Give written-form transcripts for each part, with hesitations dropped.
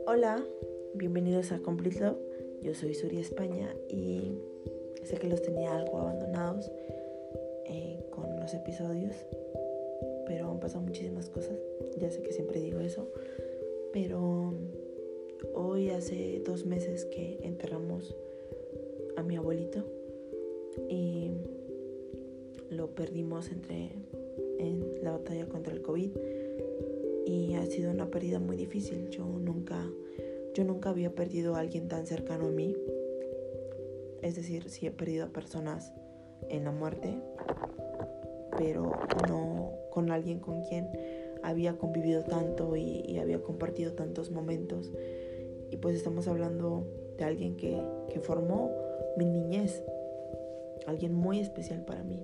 Hola, bienvenidos a Complete Love. Yo soy Suri España y sé que los tenía algo abandonados con los episodios, pero han pasado muchísimas cosas. Ya sé que siempre digo eso, pero hoy hace 2 meses que enterramos a mi abuelito y lo perdimos en la batalla contra el COVID y ha sido una pérdida muy difícil. Yo nunca había perdido a alguien tan cercano a mí. Es decir, sí he perdido a personas en la muerte, pero no con alguien con quien había convivido tanto y había compartido tantos momentos. Y pues estamos hablando de alguien que formó mi niñez, alguien muy especial para mí.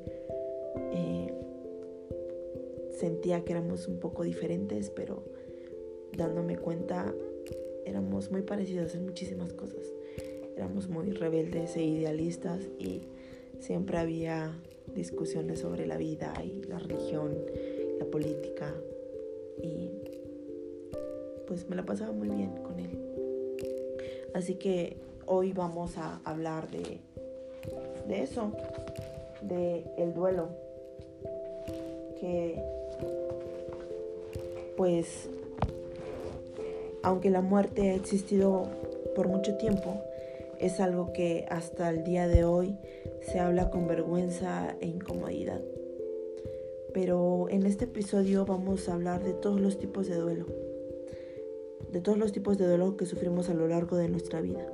Sentía que éramos un poco diferentes, pero dándome cuenta éramos muy parecidos en muchísimas cosas. Éramos muy rebeldes e idealistas y siempre había discusiones sobre la vida y la religión, la política, y pues me la pasaba muy bien con él. Así que hoy vamos a hablar de eso, de el duelo, que pues aunque la muerte ha existido por mucho tiempo, es algo que hasta el día de hoy se habla con vergüenza e incomodidad. Pero en este episodio vamos a hablar de todos los tipos de duelo, que sufrimos a lo largo de nuestra vida.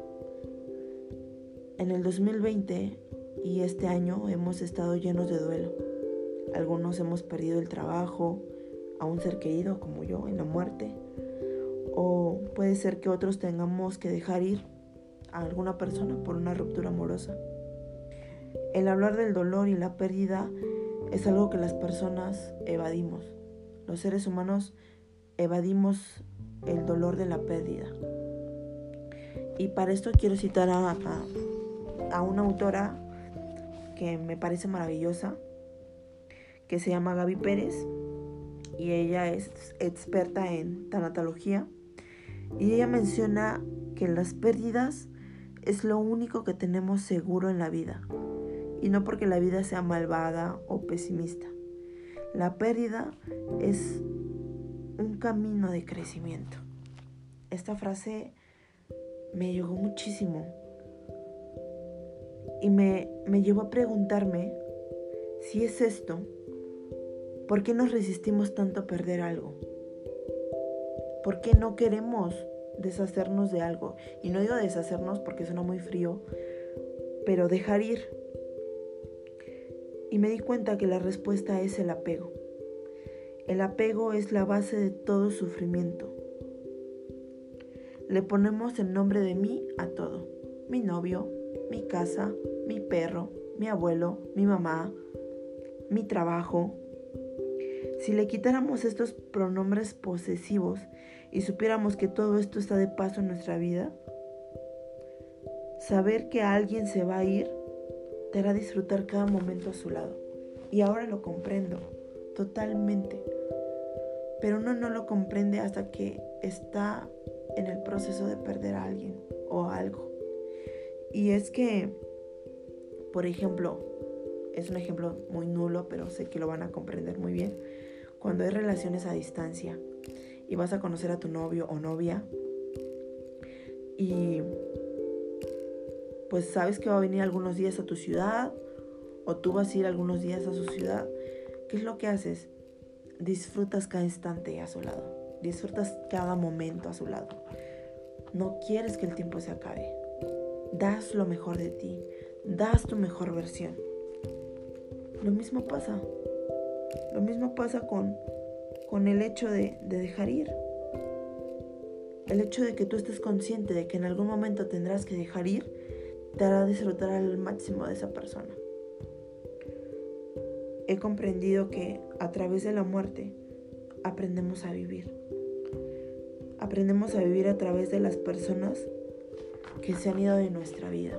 En el 2020 y este año hemos estado llenos de duelo. Algunos hemos perdido el trabajo, a un ser querido como yo en la muerte, o puede ser que otros tengamos que dejar ir a alguna persona por una ruptura amorosa. El hablar del dolor y la pérdida es algo que las personas evadimos. Los seres humanos evadimos el dolor de la pérdida. Y para esto quiero citar a una autora que me parece maravillosa, que se llama Gaby Pérez, y ella es experta en tanatología, y ella menciona que las pérdidas es lo único que tenemos seguro en la vida, y no porque la vida sea malvada o pesimista. La pérdida es un camino de crecimiento. Esta frase me llegó muchísimo y me llevó a preguntarme si es esto, ¿por qué nos resistimos tanto a perder algo? ¿Por qué no queremos deshacernos de algo? Y no digo deshacernos porque suena muy frío, pero dejar ir. Y me di cuenta que la respuesta es el apego. El apego es la base de todo sufrimiento. Le ponemos el nombre de mí a todo. Mi novio, mi casa, mi perro, mi abuelo, mi mamá, mi trabajo. Si le quitáramos estos pronombres posesivos y supiéramos que todo esto está de paso en nuestra vida, saber que alguien se va a ir te hará disfrutar cada momento a su lado. Y ahora lo comprendo totalmente. Pero uno no lo comprende hasta que está en el proceso de perder a alguien o algo. Y es que, por ejemplo, es un ejemplo muy nulo, pero sé que lo van a comprender muy bien. Cuando hay relaciones a distancia y vas a conocer a tu novio o novia y pues sabes que va a venir algunos días a tu ciudad o tú vas a ir algunos días a su ciudad, ¿qué es lo que haces? Disfrutas cada instante a su lado, disfrutas cada momento a su lado. No quieres que el tiempo se acabe. Das lo mejor de ti, das tu mejor versión. Lo mismo pasa con el hecho de dejar ir. El hecho de que tú estés consciente de que en algún momento tendrás que dejar ir, te hará disfrutar al máximo de esa persona. He comprendido que a través de la muerte aprendemos a vivir. Aprendemos a vivir a través de las personas que se han ido de nuestra vida.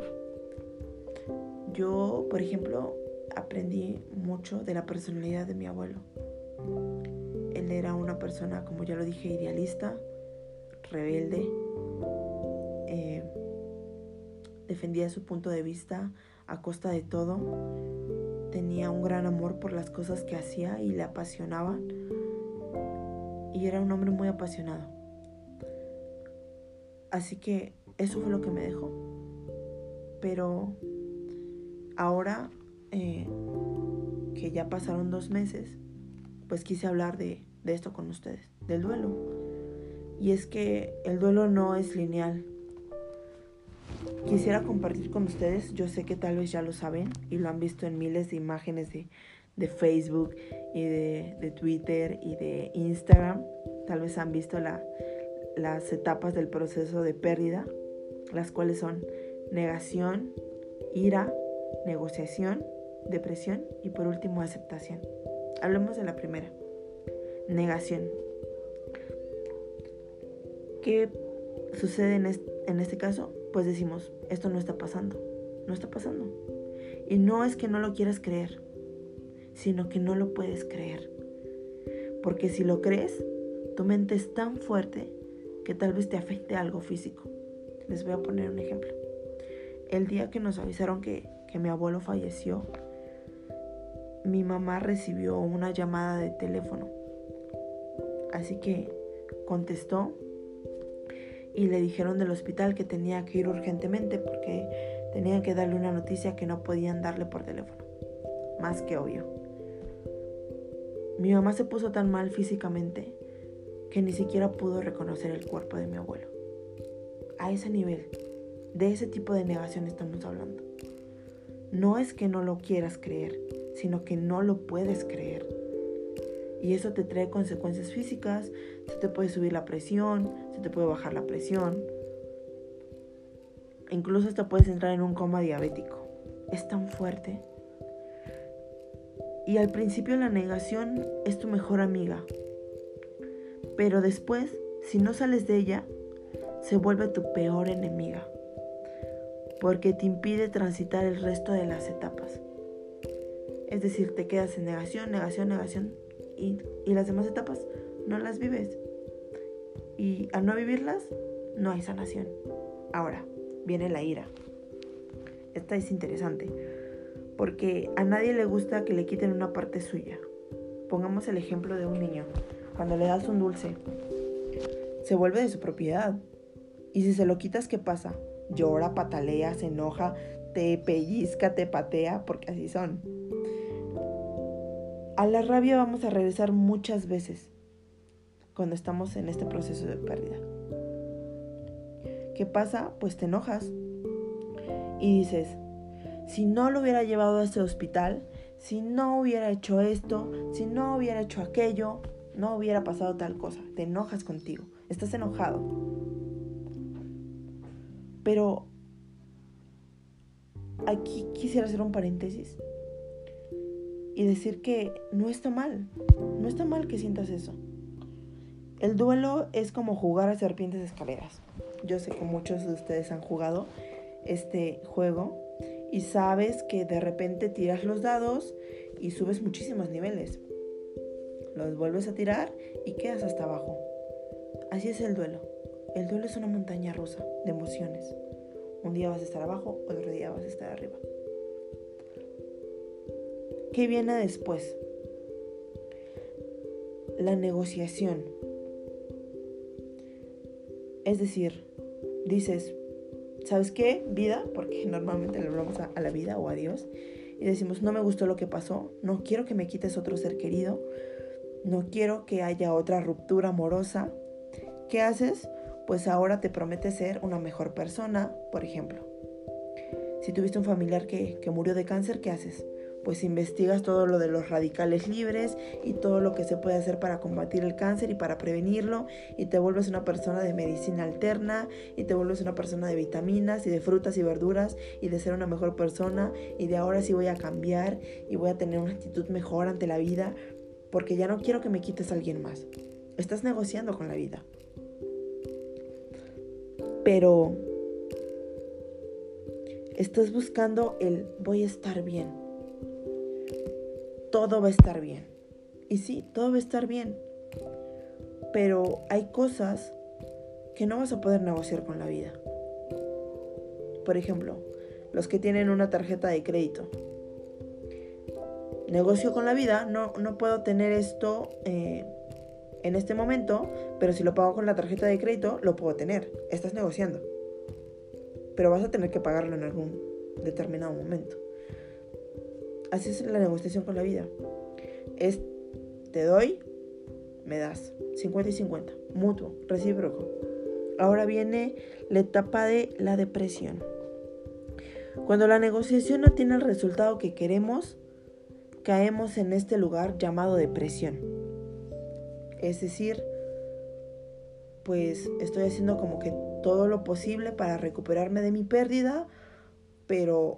Yo, por ejemplo, aprendí mucho de la personalidad de mi abuelo. Él era una persona, como ya lo dije, idealista, rebelde, defendía su punto de vista a costa de todo. Tenía un gran amor por las cosas que hacía y le apasionaban. Y era un hombre muy apasionado. Así que eso fue lo que me dejó. Pero ahora que ya pasaron 2 meses, pues quise hablar de esto con ustedes, del duelo. Y es que el duelo no es lineal. Quisiera compartir con ustedes, yo sé que tal vez ya lo saben y lo han visto en miles de imágenes de Facebook y de Twitter y de Instagram. Tal vez han visto las etapas del proceso de pérdida, las cuales son negación, ira, negociación, depresión y por último aceptación. Hablemos de la primera, negación. ¿Qué sucede en este caso? Pues decimos, esto no está pasando, no está pasando. Y no es que no lo quieras creer, sino que no lo puedes creer. Porque si lo crees, tu mente es tan fuerte que tal vez te afecte algo físico. Les voy a poner un ejemplo. El día que nos avisaron que mi abuelo falleció, mi mamá recibió una llamada de teléfono. Así que contestó y le dijeron del hospital que tenía que ir urgentemente porque tenían que darle una noticia que no podían darle por teléfono. Más que obvio. Mi mamá se puso tan mal físicamente que ni siquiera pudo reconocer el cuerpo de mi abuelo. A ese nivel, de ese tipo de negación estamos hablando. No es que no lo quieras creer, sino que no lo puedes creer. Y eso te trae consecuencias físicas, se te puede subir la presión, se te puede bajar la presión. Incluso hasta puedes entrar en un coma diabético. Es tan fuerte. Y al principio la negación es tu mejor amiga. Pero después, si no sales de ella, se vuelve tu peor enemiga. Porque te impide transitar el resto de las etapas. Es decir, te quedas en negación, negación, negación. Y las demás etapas no las vives. Y al no vivirlas, no hay sanación. Ahora, viene la ira. Esta es interesante, porque a nadie le gusta que le quiten una parte suya. Pongamos el ejemplo de un niño. Cuando le das un dulce, se vuelve de su propiedad. Y si se lo quitas, ¿qué pasa? Llora, patalea, se enoja, te pellizca, te patea, porque así son. A la rabia vamos a regresar muchas veces cuando estamos en este proceso de pérdida. ¿Qué pasa? Pues te enojas y dices, si no lo hubiera llevado a ese hospital, si no hubiera hecho esto, si no hubiera hecho aquello, no hubiera pasado tal cosa. Te enojas contigo, estás enojado. Pero aquí quisiera hacer un paréntesis y decir que no está mal que sientas eso. El duelo es como jugar a serpientes escaleras. Yo sé que muchos de ustedes han jugado este juego y sabes que de repente tiras los dados y subes muchísimos niveles. Los vuelves a tirar y quedas hasta abajo. Así es el duelo. El duelo es una montaña rusa de emociones. Un día vas a estar abajo, otro día vas a estar arriba. ¿Qué viene después? La negociación. Es decir, dices, ¿sabes qué? Vida, porque normalmente le hablamos a la vida o a Dios, y decimos, no me gustó lo que pasó, no quiero que me quites otro ser querido, no quiero que haya otra ruptura amorosa. ¿Qué haces? Pues ahora te prometes ser una mejor persona, por ejemplo. Si tuviste un familiar que murió de cáncer, ¿qué haces? Pues investigas todo lo de los radicales libres y todo lo que se puede hacer para combatir el cáncer y para prevenirlo, y te vuelves una persona de medicina alterna y te vuelves una persona de vitaminas y de frutas y verduras y de ser una mejor persona, y de ahora sí voy a cambiar y voy a tener una actitud mejor ante la vida porque ya no quiero que me quites a alguien más. Estás negociando con la vida. Pero estás buscando el voy a estar bien. Todo va a estar bien. Y sí, todo va a estar bien. Pero hay cosas que no vas a poder negociar con la vida. por ejemplo, los que tienen una tarjeta de crédito. Negocio con la vida, no puedo tener esto en este momento, pero si lo pago con la tarjeta de crédito, lo puedo tener. Estás negociando. Pero vas a tener que pagarlo en algún determinado momento. Así es la negociación con la vida. Te doy, me das. 50 y 50. Mutuo, recíproco. Ahora viene la etapa de la depresión. Cuando la negociación no tiene el resultado que queremos, caemos en este lugar llamado depresión. Es decir, pues estoy haciendo como que todo lo posible para recuperarme de mi pérdida, pero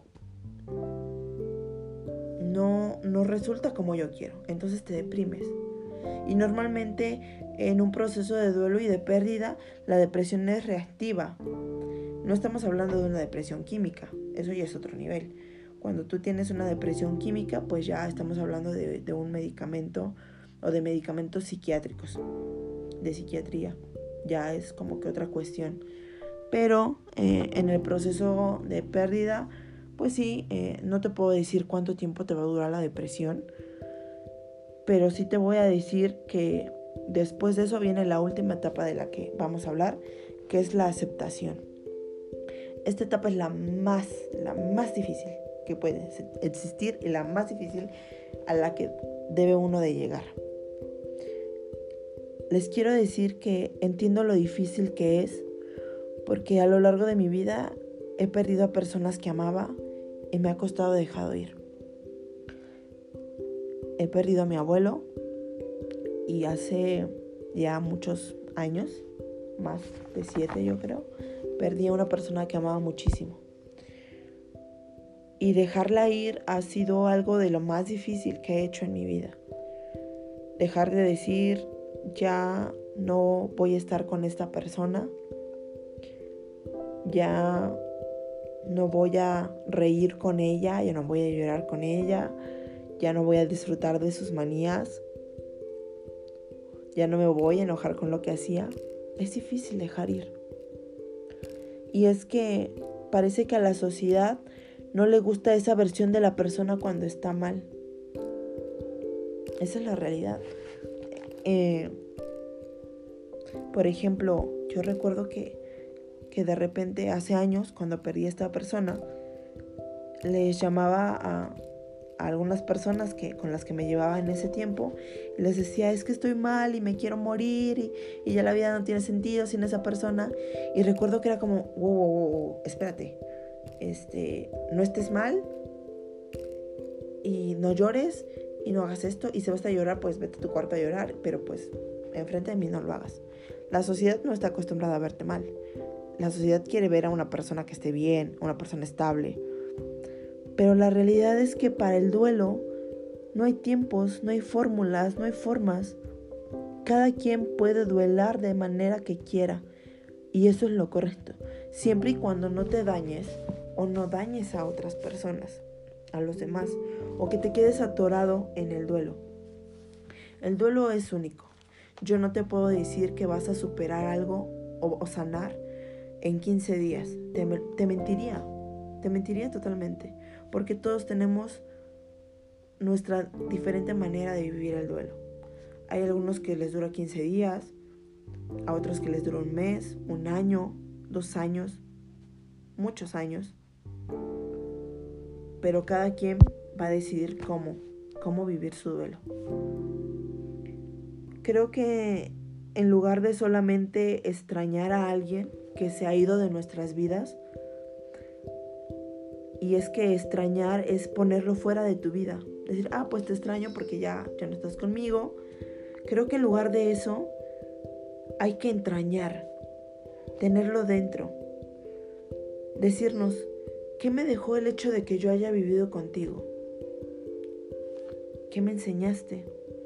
no resulta como yo quiero. Entonces te deprimes. Y normalmente en un proceso de duelo y de pérdida, la depresión es reactiva. No estamos hablando de una depresión química, eso ya es otro nivel. Cuando tú tienes una depresión química, pues ya estamos hablando de un medicamento o de medicamentos psiquiátricos, de psiquiatría. Ya es como que otra cuestión. Pero en el proceso de pérdida, pues sí, no te puedo decir cuánto tiempo te va a durar la depresión, pero sí te voy a decir que después de eso viene la última etapa de la que vamos a hablar, que es la aceptación. Esta etapa es la más difícil que puede existir y la más difícil a la que debe uno de llegar. Les quiero decir que entiendo lo difícil que es, porque a lo largo de mi vida he perdido a personas que amaba y me ha costado dejar ir. He perdido a mi abuelo y hace ya muchos años, más de 7 yo creo, perdí a una persona que amaba muchísimo. Y dejarla ir ha sido algo de lo más difícil que he hecho en mi vida. Dejar de decir, ya no voy a estar con esta persona, ya no voy a reír con ella, ya no voy a llorar con ella, ya no voy a disfrutar de sus manías, ya no me voy a enojar con lo que hacía. Es difícil dejar ir. Y es que parece que a la sociedad no le gusta esa versión de la persona cuando está mal. Esa es la realidad. Por ejemplo, yo recuerdo que de repente hace años, cuando perdí a esta persona, les llamaba a algunas personas con las que me llevaba en ese tiempo y les decía, es que estoy mal y me quiero morir y ya la vida no tiene sentido sin esa persona. Y recuerdo que era como, wow, espérate, no estés mal y no llores y no hagas esto, y si vas a llorar, pues vete a tu cuarto a llorar, pero pues enfrente de mí no lo hagas. La sociedad no está acostumbrada a verte mal. La sociedad quiere ver a una persona que esté bien, una persona estable. Pero la realidad es que para el duelo no hay tiempos, no hay fórmulas, no hay formas. Cada quien puede duelar de manera que quiera. Y eso es lo correcto. Siempre y cuando no te dañes o no dañes a otras personas, a los demás, o que te quedes atorado en el duelo. El duelo es único. Yo no te puedo decir que vas a superar algo o sanar en 15 días. Te mentiría totalmente, porque todos tenemos nuestra diferente manera de vivir el duelo. Hay algunos que les dura 15 días, a otros que les dura un mes, un año, 2 años, muchos años. Pero cada quien va a decidir cómo vivir su duelo. Creo que en lugar de solamente extrañar a alguien que se ha ido de nuestras vidas, y es que extrañar es ponerlo fuera de tu vida, decir, pues te extraño porque ya no estás conmigo. Creo que en lugar de eso hay que entrañar, tenerlo dentro, decirnos, ¿qué me dejó el hecho de que yo haya vivido contigo? ¿Qué me enseñaste?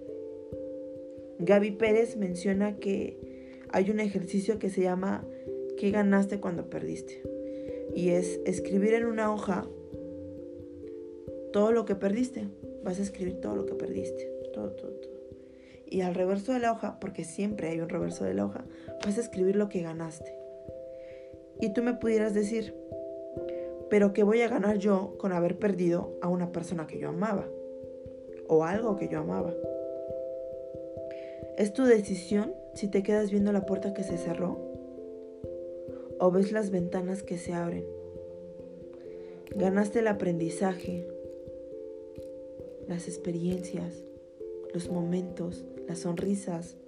Gaby Pérez menciona que hay un ejercicio que se llama ¿qué ganaste cuando perdiste? Y es escribir en una hoja todo lo que perdiste. Vas a escribir todo lo que perdiste, todo. Y al reverso de la hoja, porque siempre hay un reverso de la hoja, vas a escribir lo que ganaste. Y tú me pudieras decir, Pero ¿qué voy a ganar yo con haber perdido a una persona que yo amaba? O algo que yo amaba. Es tu decisión si te quedas viendo la puerta que se cerró o ves las ventanas que se abren. Ganaste el aprendizaje, las experiencias, los momentos, las sonrisas.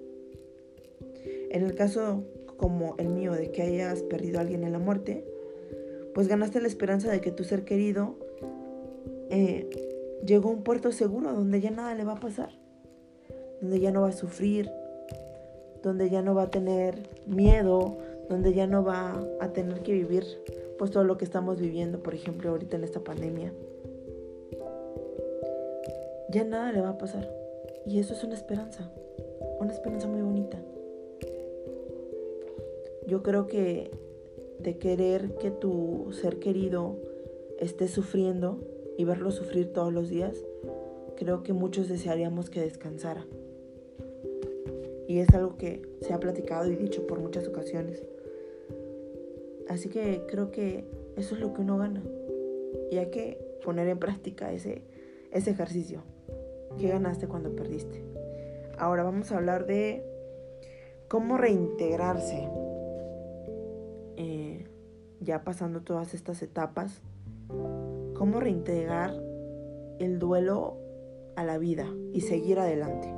En el caso como el mío de que hayas perdido a alguien en la muerte, pues ganaste la esperanza de que tu ser querido llegó a un puerto seguro donde ya nada le va a pasar, donde ya no va a sufrir, donde ya no va a tener miedo, donde ya no va a tener que vivir pues todo lo que estamos viviendo, por ejemplo, ahorita en esta pandemia. Ya nada le va a pasar. Y eso es una esperanza muy bonita. Yo creo que de querer que tu ser querido esté sufriendo y verlo sufrir todos los días, creo que muchos desearíamos que descansara. Y es algo que se ha platicado y dicho por muchas ocasiones. Así que creo que eso es lo que uno gana. Y hay que poner en práctica ese ejercicio. ¿Qué ganaste cuando perdiste? Ahora vamos a hablar de cómo reintegrarse. Ya pasando todas estas etapas, cómo reintegrar el duelo a la vida y seguir adelante.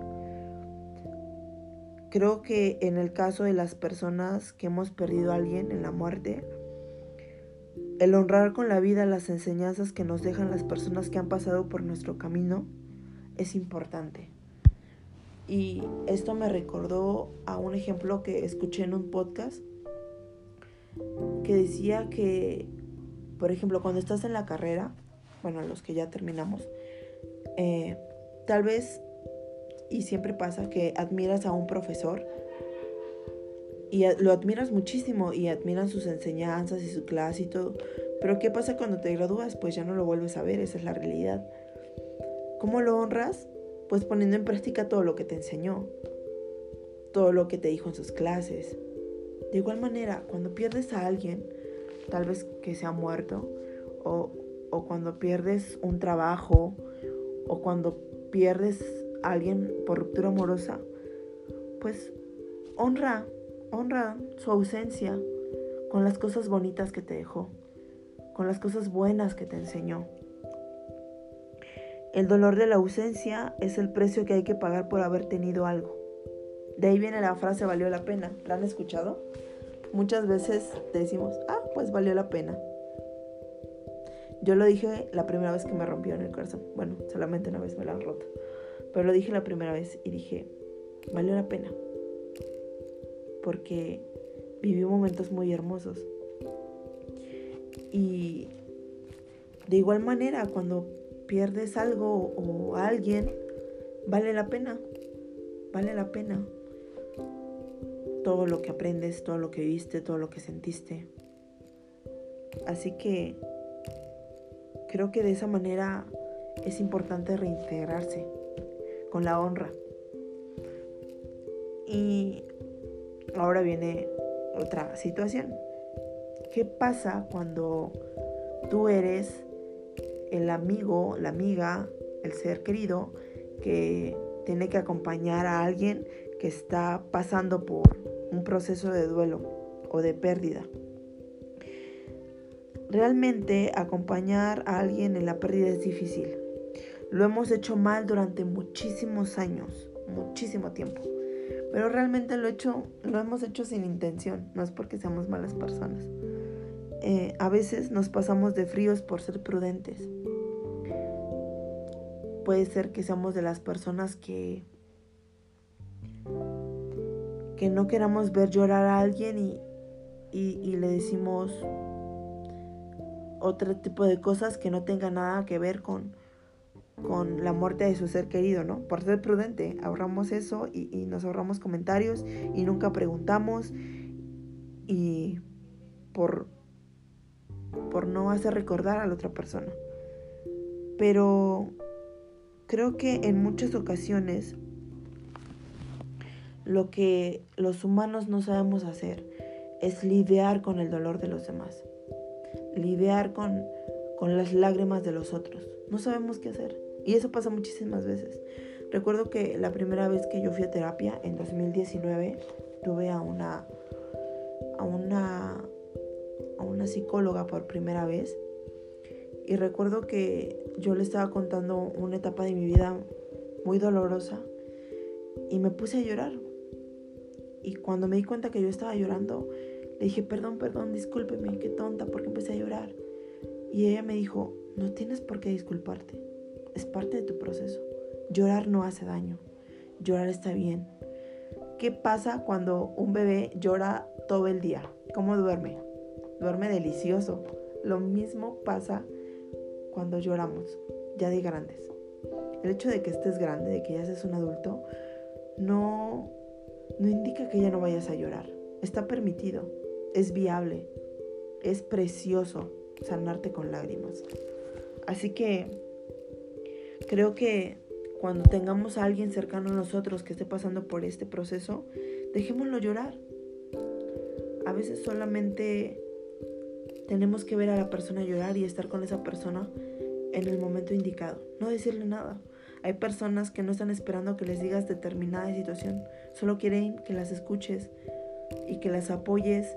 Creo que en el caso de las personas que hemos perdido a alguien en la muerte, el honrar con la vida las enseñanzas que nos dejan las personas que han pasado por nuestro camino es importante. Y esto me recordó a un ejemplo que escuché en un podcast que decía que, por ejemplo, cuando estás en la carrera, bueno, los que ya terminamos, tal vez, y siempre pasa, que admiras a un profesor y lo admiras muchísimo y admiras sus enseñanzas y su clase y todo. Pero ¿qué pasa cuando te gradúas? Pues ya no lo vuelves a ver, esa es la realidad. ¿Cómo lo honras? Pues poniendo en práctica todo lo que te enseñó, todo lo que te dijo en sus clases. De igual manera, cuando pierdes a alguien, tal vez que se ha muerto, o cuando pierdes un trabajo, o cuando pierdes a alguien por ruptura amorosa, pues honra su ausencia con las cosas bonitas que te dejó, con las cosas buenas que te enseñó. El dolor de la ausencia es el precio que hay que pagar por haber tenido algo. De ahí viene la frase valió la pena. ¿La han escuchado? Muchas veces decimos, pues valió la pena. Yo lo dije la primera vez que me rompieron el corazón. Bueno, solamente una vez me lo han roto. Pero lo dije la primera vez y dije, valió la pena. Porque viví momentos muy hermosos. Y de igual manera, cuando pierdes algo o a alguien, vale la pena. Vale la pena. Todo lo que aprendes, todo lo que viviste, todo lo que sentiste. Así que creo que de esa manera es importante reintegrarse con la honra. Y ahora viene otra situación. ¿Qué pasa cuando tú eres el amigo, la amiga, el ser querido que tiene que acompañar a alguien que está pasando por un proceso de duelo o de pérdida? Realmente acompañar a alguien en la pérdida es difícil. Lo hemos hecho mal durante muchísimos años, muchísimo tiempo. Pero realmente lo hemos hecho sin intención, no es porque seamos malas personas. A veces nos pasamos de fríos por ser prudentes. Puede ser que seamos de las personas que no queramos ver llorar a alguien y le decimos otro tipo de cosas que no tengan nada que ver con la muerte de su ser querido, ¿no? Por ser prudente, ahorramos eso y nos ahorramos comentarios y nunca preguntamos y por no hacer recordar a la otra persona. Pero creo que en muchas ocasiones lo que los humanos no sabemos hacer es lidiar con el dolor de los demás. lidiar con las lágrimas de los otros. No sabemos qué hacer. Y eso pasa muchísimas veces. Recuerdo que la primera vez que yo fui a terapia, en 2019, tuve a una psicóloga por primera vez. Y recuerdo que yo le estaba contando una etapa de mi vida muy dolorosa y me puse a llorar. Y cuando me di cuenta que yo estaba llorando, le dije, perdón, discúlpeme, qué tonta, porque empecé a llorar. Y ella me dijo, no tienes por qué disculparte, es parte de tu proceso. Llorar no hace daño, llorar está bien. ¿Qué pasa cuando un bebé llora todo el día? ¿Cómo duerme? Duerme delicioso. Lo mismo pasa cuando lloramos, ya de grandes. El hecho de que estés grande, de que ya seas un adulto, no indica que ya no vayas a llorar. Está permitido, es viable, es precioso sanarte con lágrimas. Así que creo que cuando tengamos a alguien cercano a nosotros que esté pasando por este proceso, dejémoslo llorar. A veces solamente tenemos que ver a la persona llorar y estar con esa persona en el momento indicado, no decirle nada. Hay personas que no están esperando que les digas determinada situación, solo quieren que las escuches y que las apoyes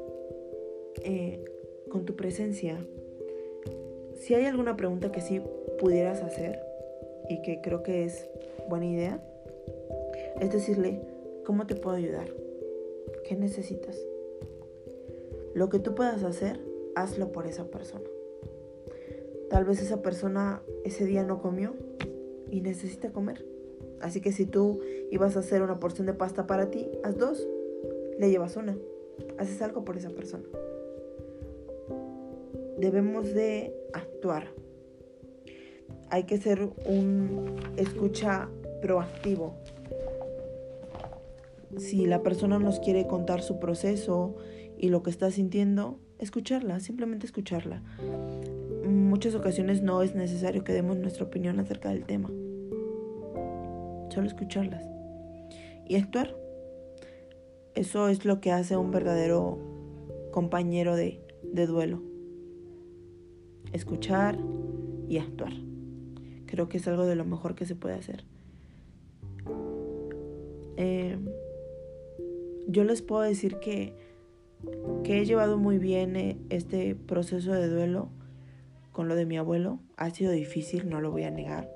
con tu presencia. Si hay alguna pregunta que sí pudieras hacer y que creo que es buena idea, es decirle, ¿cómo te puedo ayudar? ¿Qué necesitas? Lo que tú puedas hacer, hazlo por esa persona. Tal vez esa persona ese día no comió y necesita comer. Así que si tú ibas a hacer una porción de pasta para ti, haz 2, le llevas una. Haces algo por esa persona. Debemos de actuar. Hay que ser un escucha proactivo. Si la persona nos quiere contar su proceso y lo que está sintiendo, escucharla, simplemente escucharla. En muchas ocasiones no es necesario que demos nuestra opinión acerca del tema. Solo escucharlas. Y actuar. Eso es lo que hace un verdadero compañero de duelo. Escuchar y actuar. Creo que es algo de lo mejor que se puede hacer. Yo les puedo decir que he llevado muy bien este proceso de duelo con lo de mi abuelo. Ha sido difícil, no lo voy a negar.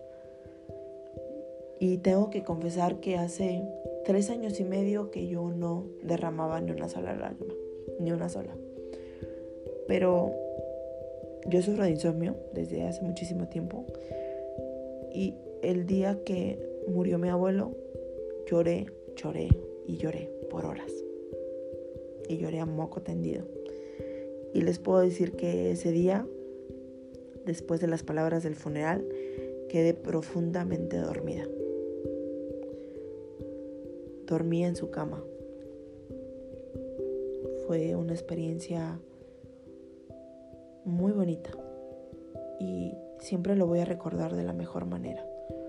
Y tengo que confesar que hace 3 años y medio que yo no derramaba ni una sola lágrima, ni una sola. Pero yo sufro de insomnio desde hace muchísimo tiempo. Y el día que murió mi abuelo, lloré por horas. Y lloré a moco tendido. Y les puedo decir que ese día, después de las palabras del funeral, quedé profundamente dormida. Dormí en su cama. Fue una experiencia muy bonita. Y siempre lo voy a recordar de la mejor manera.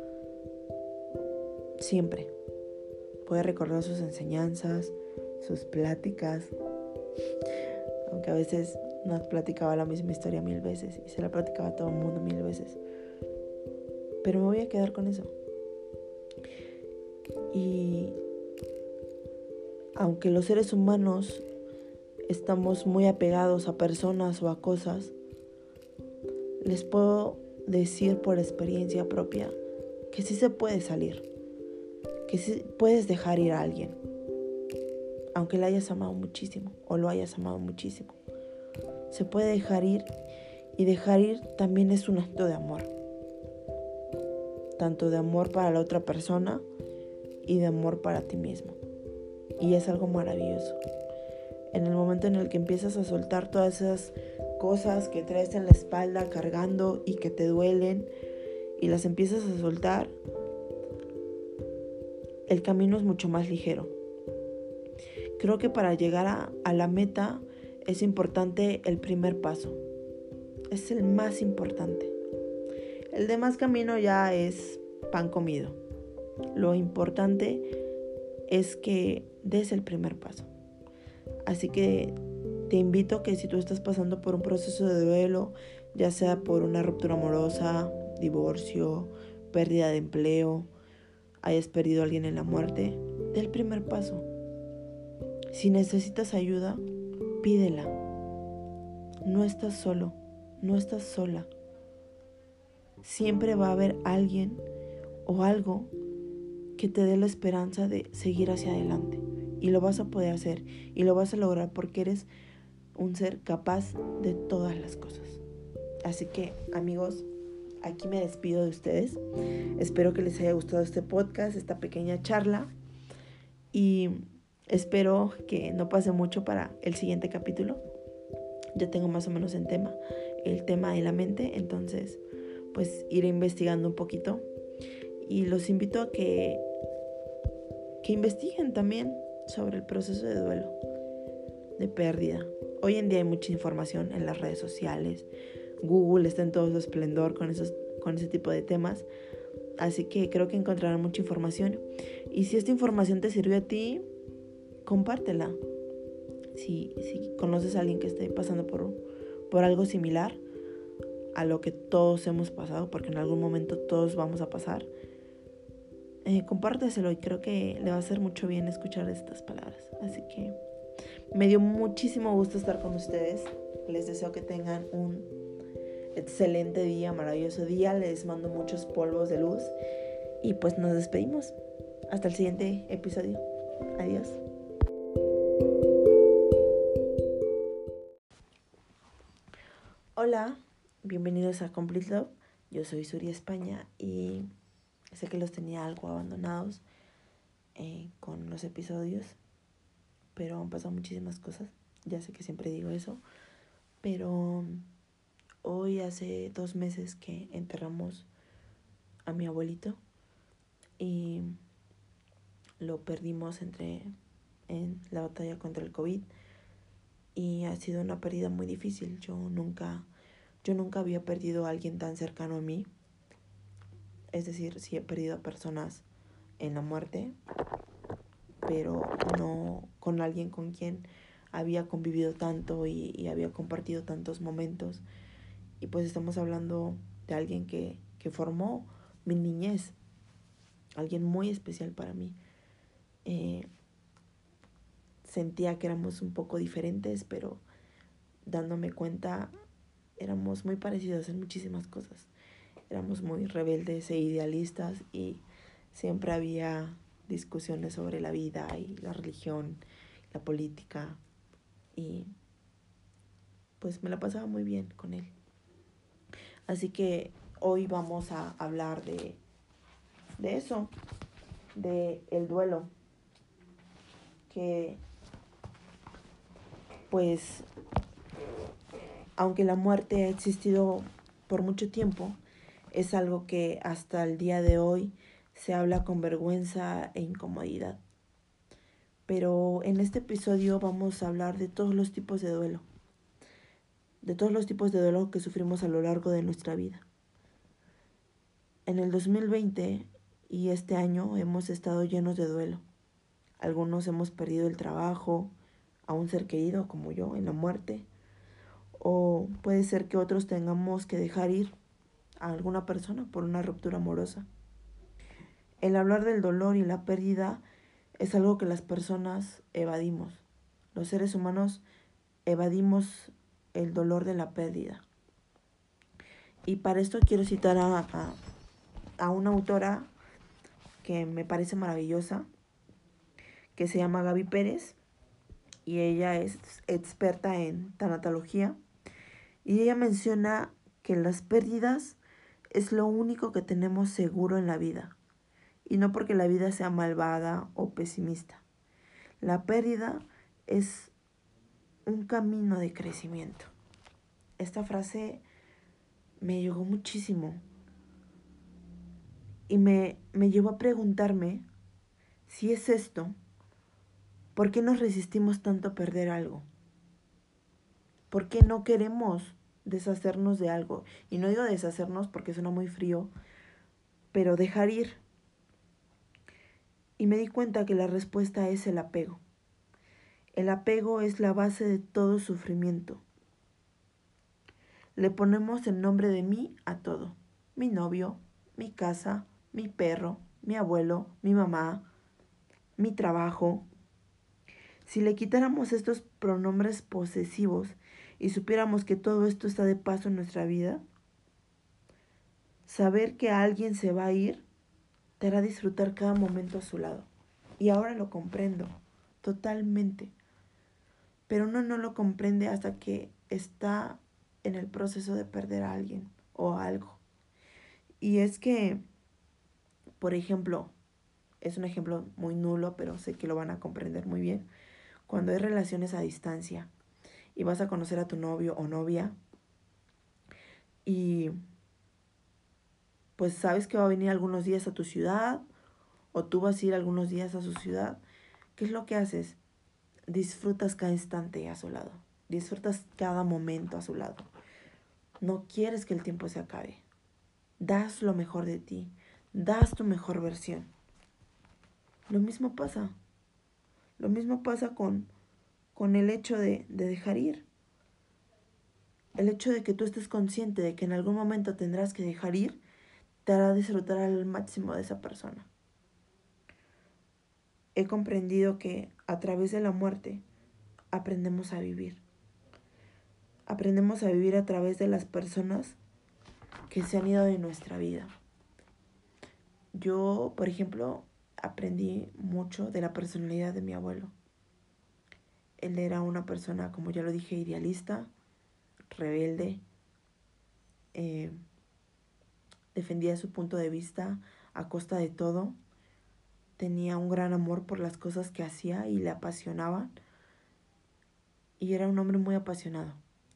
Siempre. Voy a recordar sus enseñanzas, sus pláticas. Aunque a veces nos platicaba la misma historia 1000 veces y se la platicaba a todo el mundo 1000 veces. Pero me voy a quedar con eso. Y aunque los seres humanos estamos muy apegados a personas o a cosas, les puedo decir por experiencia propia que sí se puede salir, que sí puedes dejar ir a alguien, aunque la hayas amado muchísimo o lo hayas amado muchísimo. Se puede dejar ir, y dejar ir también es un acto de amor, tanto de amor para la otra persona y de amor para ti mismo. Y es algo maravilloso. En el momento en el que empiezas a soltar todas esas cosas que traes en la espalda cargando y que te duelen y las empiezas a soltar, el camino es mucho más ligero. Creo que para llegar a la meta es importante el primer paso. Es el más importante. El demás camino ya es pan comido. Lo importante es que des el primer paso. Así que te invito a que si tú estás pasando por un proceso de duelo, ya sea por una ruptura amorosa, divorcio, pérdida de empleo, hayas perdido a alguien en la muerte, dé el primer paso. Si necesitas ayuda, pídela. No estás solo, no estás sola. Siempre va a haber alguien o algo que te dé la esperanza de seguir hacia adelante. Y lo vas a poder hacer y lo vas a lograr porque eres un ser capaz de todas las cosas. Así que, amigos, aquí me despido de ustedes. Espero que les haya gustado este podcast, esta pequeña charla. Y espero que no pase mucho para el siguiente capítulo. Ya tengo más o menos el tema en la mente. Entonces, pues iré investigando un poquito. Y los invito a que investiguen también sobre el proceso de duelo, de pérdida. Hoy en día hay mucha información en las redes sociales. Google está en todo su esplendor con ese tipo de temas. Así que creo que encontrarán mucha información. Y si esta información te sirvió a ti, compártela. Si conoces a alguien que esté pasando por algo similar a lo que todos hemos pasado, porque en algún momento todos vamos a pasar, compárteselo y creo que le va a hacer mucho bien escuchar estas palabras. Así que me dio muchísimo gusto estar con ustedes. Les deseo que tengan un excelente día, maravilloso día. Les mando muchos polvos de luz y pues nos despedimos. Hasta el siguiente episodio. Adiós. Hola, bienvenidos a Complete Love. Yo soy Suri España y sé que los tenía algo abandonados con los episodios, pero han pasado muchísimas cosas. Ya sé que siempre digo eso, pero hoy hace 2 meses que enterramos a mi abuelito y lo perdimos en la batalla contra el COVID y ha sido una pérdida muy difícil. Yo nunca había perdido a alguien tan cercano a mí. Es decir, sí he perdido a personas en la muerte, pero no con alguien con quien había convivido tanto y había compartido tantos momentos. Y pues estamos hablando de alguien que formó mi niñez, alguien muy especial para mí. Sentía que éramos un poco diferentes, pero dándome cuenta éramos muy parecidos en muchísimas cosas. Éramos muy rebeldes e idealistas y siempre había discusiones sobre la vida y la religión, la política, y pues me la pasaba muy bien con él. Así que hoy vamos a hablar de eso, de el duelo, que pues aunque la muerte ha existido por mucho tiempo, es algo que hasta el día de hoy se habla con vergüenza e incomodidad. Pero en este episodio vamos a hablar de todos los tipos de duelo, que sufrimos a lo largo de nuestra vida. En el 2020 y este año hemos estado llenos de duelo. Algunos hemos perdido el trabajo, a un ser querido como yo en la muerte, o puede ser que otros tengamos que dejar ir a alguna persona por una ruptura amorosa. El hablar del dolor y la pérdida es algo que las personas evadimos. Los seres humanos evadimos el dolor de la pérdida. Y para esto quiero citar a una autora que me parece maravillosa, que se llama Gaby Pérez, y ella es experta en tanatología, y ella menciona que las pérdidas es lo único que tenemos seguro en la vida, y no porque la vida sea malvada o pesimista. La pérdida es un camino de crecimiento. Esta frase me llegó muchísimo y me llevó a preguntarme si es esto, ¿por qué nos resistimos tanto a perder algo? ¿Por qué no queremos deshacernos de algo? Y no digo deshacernos porque suena muy frío, pero dejar ir. Y me di cuenta que la respuesta es el apego. El apego es la base de todo sufrimiento. Le ponemos el nombre de mí a todo. Mi novio, mi casa, mi perro, mi abuelo, mi mamá, mi trabajo. Si le quitáramos estos pronombres posesivos y supiéramos que todo esto está de paso en nuestra vida, saber que alguien se va a ir te hará disfrutar cada momento a su lado. Y ahora lo comprendo, totalmente. Pero uno no lo comprende hasta que está en el proceso de perder a alguien o a algo. Y es que, por ejemplo, es un ejemplo muy nulo, pero sé que lo van a comprender muy bien. Cuando hay relaciones a distancia y vas a conocer a tu novio o novia y pues sabes que va a venir algunos días a tu ciudad o tú vas a ir algunos días a su ciudad, ¿qué es lo que haces? Disfrutas cada instante a su lado, disfrutas cada momento a su lado. No quieres que el tiempo se acabe. Das lo mejor de ti, das tu mejor versión. Lo mismo pasa con el hecho de dejar ir. El hecho de que tú estés consciente de que en algún momento tendrás que dejar ir, te hará disfrutar al máximo de esa persona. He comprendido que a través de la muerte aprendemos a vivir. Aprendemos a vivir a través de las personas que se han ido de nuestra vida. Yo, por ejemplo, aprendí mucho de la personalidad de mi abuelo. Él era una persona, como ya lo dije, idealista, rebelde, defendía su punto de vista a costa de todo, tenía un gran amor por las cosas que hacía y le apasionaban, y era un hombre muy apasionado.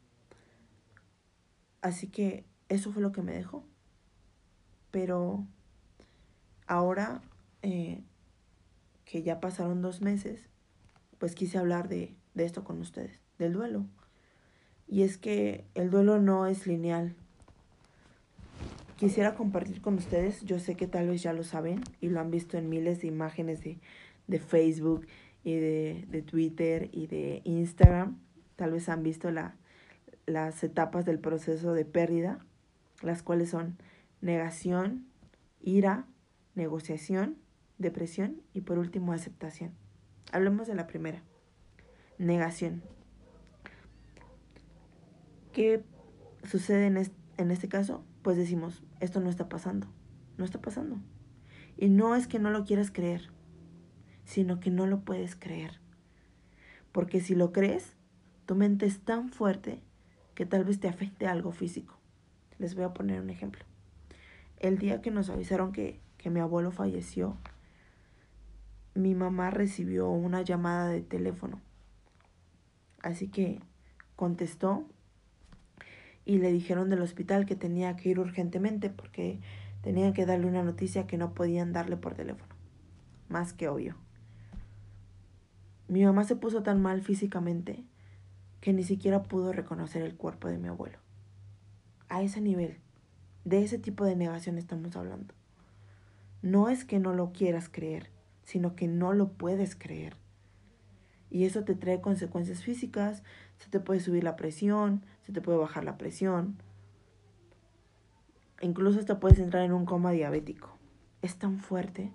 Así que eso fue lo que me dejó. Pero ahora que ya pasaron 2 meses, pues quise hablar de esto con ustedes, del duelo. Y es que el duelo no es lineal. Quisiera compartir con ustedes, yo sé que tal vez ya lo saben y lo han visto en miles de imágenes de Facebook y de Twitter y de Instagram. Tal vez han visto las etapas del proceso de pérdida, las cuales son negación, ira, negociación, depresión y por último aceptación. Hablemos de la primera, negación. ¿Qué sucede en este caso? Pues decimos, esto no está pasando, no está pasando. Y no es que no lo quieras creer, sino que no lo puedes creer. Porque si lo crees, tu mente es tan fuerte que tal vez te afecte algo físico. Les voy a poner un ejemplo. El día que nos avisaron que mi abuelo falleció, mi mamá recibió una llamada de teléfono. Así que contestó y le dijeron del hospital que tenía que ir urgentemente porque tenían que darle una noticia que no podían darle por teléfono. Más que obvio. Mi mamá se puso tan mal físicamente que ni siquiera pudo reconocer el cuerpo de mi abuelo. A ese nivel, de ese tipo de negación estamos hablando. No es que no lo quieras creer, sino que no lo puedes creer. Y eso te trae consecuencias físicas, se te puede subir la presión, se te puede bajar la presión. Incluso hasta puedes entrar en un coma diabético. Es tan fuerte.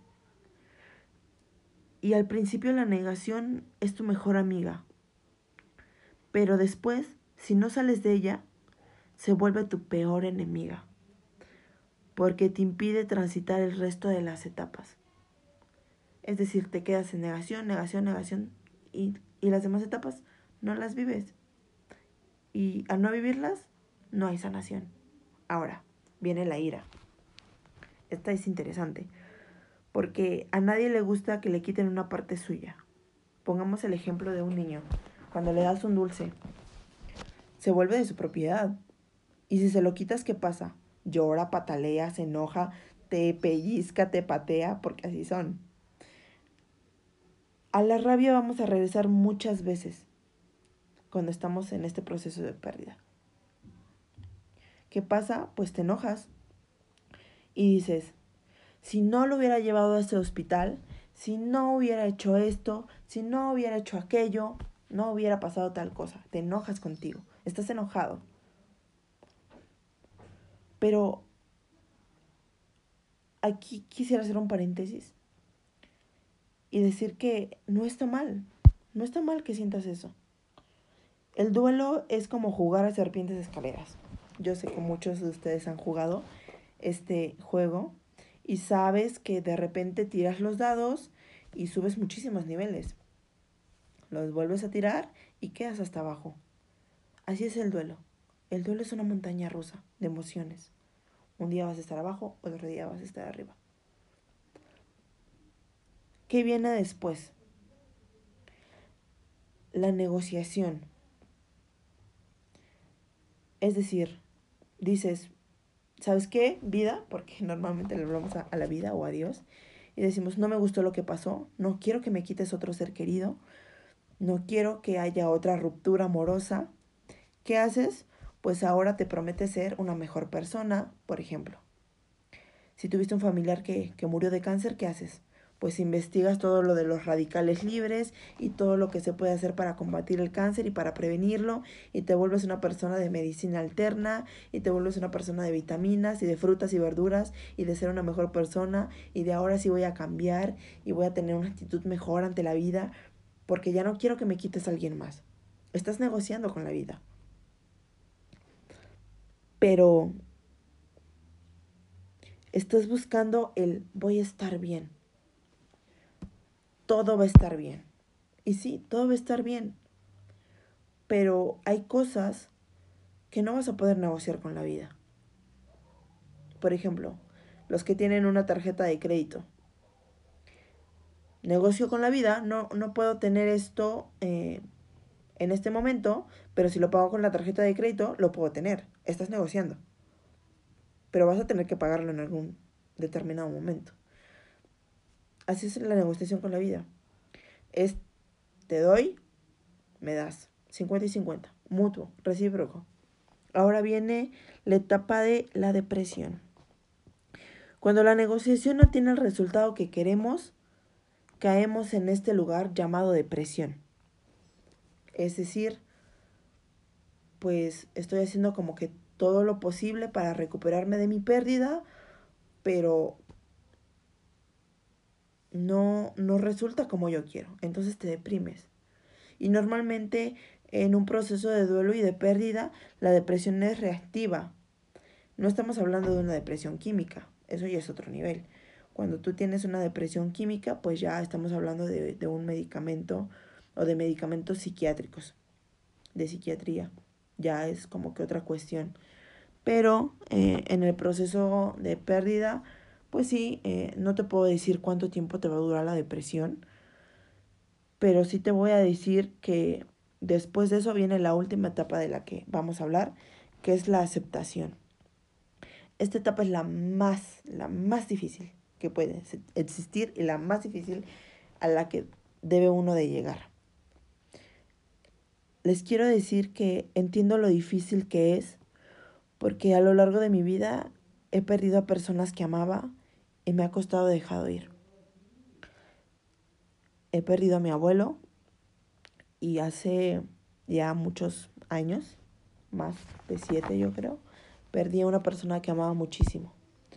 Y al principio la negación es tu mejor amiga. Pero después, si no sales de ella, se vuelve tu peor enemiga. Porque te impide transitar el resto de las etapas. Es decir, te quedas en negación, negación, negación. Y las demás etapas no las vives. Y al no vivirlas, no hay sanación. Ahora, viene la ira. Esta es interesante. Porque a nadie le gusta que le quiten una parte suya. Pongamos el ejemplo de un niño. Cuando le das un dulce, se vuelve de su propiedad. Y si se lo quitas, ¿qué pasa? Llora, patalea, se enoja, te pellizca, te patea, porque así son. A la rabia vamos a regresar muchas veces cuando estamos en este proceso de pérdida. ¿Qué pasa? Pues te enojas y dices, si no lo hubiera llevado a ese hospital, si no hubiera hecho esto, si no hubiera hecho aquello, no hubiera pasado tal cosa. Te enojas contigo, estás enojado. Pero aquí quisiera hacer un paréntesis y decir que no está mal. No está mal que sientas eso. El duelo es como jugar a serpientes escaleras. Yo sé que muchos de ustedes han jugado este juego y sabes que de repente tiras los dados y subes muchísimos niveles. Los vuelves a tirar y quedas hasta abajo. Así es el duelo. El duelo es una montaña rusa de emociones. Un día vas a estar abajo, otro día vas a estar arriba. ¿Qué viene después? La negociación. Es decir, dices, ¿sabes qué? Vida, porque normalmente le hablamos a la vida o a Dios. Y decimos, no me gustó lo que pasó, no quiero que me quites otro ser querido, no quiero que haya otra ruptura amorosa. ¿Qué haces? Pues ahora te prometes ser una mejor persona, por ejemplo. Si tuviste un familiar que murió de cáncer, ¿qué haces? Pues investigas todo lo de los radicales libres y todo lo que se puede hacer para combatir el cáncer y para prevenirlo, y te vuelves una persona de medicina alterna y te vuelves una persona de vitaminas y de frutas y verduras y de ser una mejor persona y de ahora sí voy a cambiar y voy a tener una actitud mejor ante la vida porque ya no quiero que me quites a alguien más. Estás negociando con la vida. Pero estás buscando el voy a estar bien. Todo va a estar bien. Y sí, todo va a estar bien. Pero hay cosas que no vas a poder negociar con la vida. Por ejemplo, los que tienen una tarjeta de crédito. Negocio con la vida, no puedo tener esto en este momento, pero si lo pago con la tarjeta de crédito, lo puedo tener. Estás negociando. Pero vas a tener que pagarlo en algún determinado momento. Así es la negociación con la vida. Es, te doy, me das. 50 y 50. Mutuo, recíproco. Ahora viene la etapa de la depresión. Cuando la negociación no tiene el resultado que queremos, caemos en este lugar llamado depresión. Es decir, pues estoy haciendo como que todo lo posible para recuperarme de mi pérdida, pero no resulta como yo quiero. Entonces te deprimes. Y normalmente en un proceso de duelo y de pérdida, la depresión es reactiva. No estamos hablando de una depresión química, eso ya es otro nivel. Cuando tú tienes una depresión química, pues ya estamos hablando de un medicamento o de medicamentos psiquiátricos, de psiquiatría. Ya es como que otra cuestión. Pero en el proceso de pérdida, pues sí, no te puedo decir cuánto tiempo te va a durar la depresión, pero sí te voy a decir que después de eso viene la última etapa de la que vamos a hablar, que es la aceptación. Esta etapa es la más difícil que puede existir y la más difícil a la que debe uno de llegar. Les quiero decir que entiendo lo difícil que es porque a lo largo de mi vida he perdido a personas que amaba y me ha costado dejar de ir. He perdido a mi abuelo y hace ya muchos años, más de 7 yo creo, perdí a una persona que amaba muchísimo.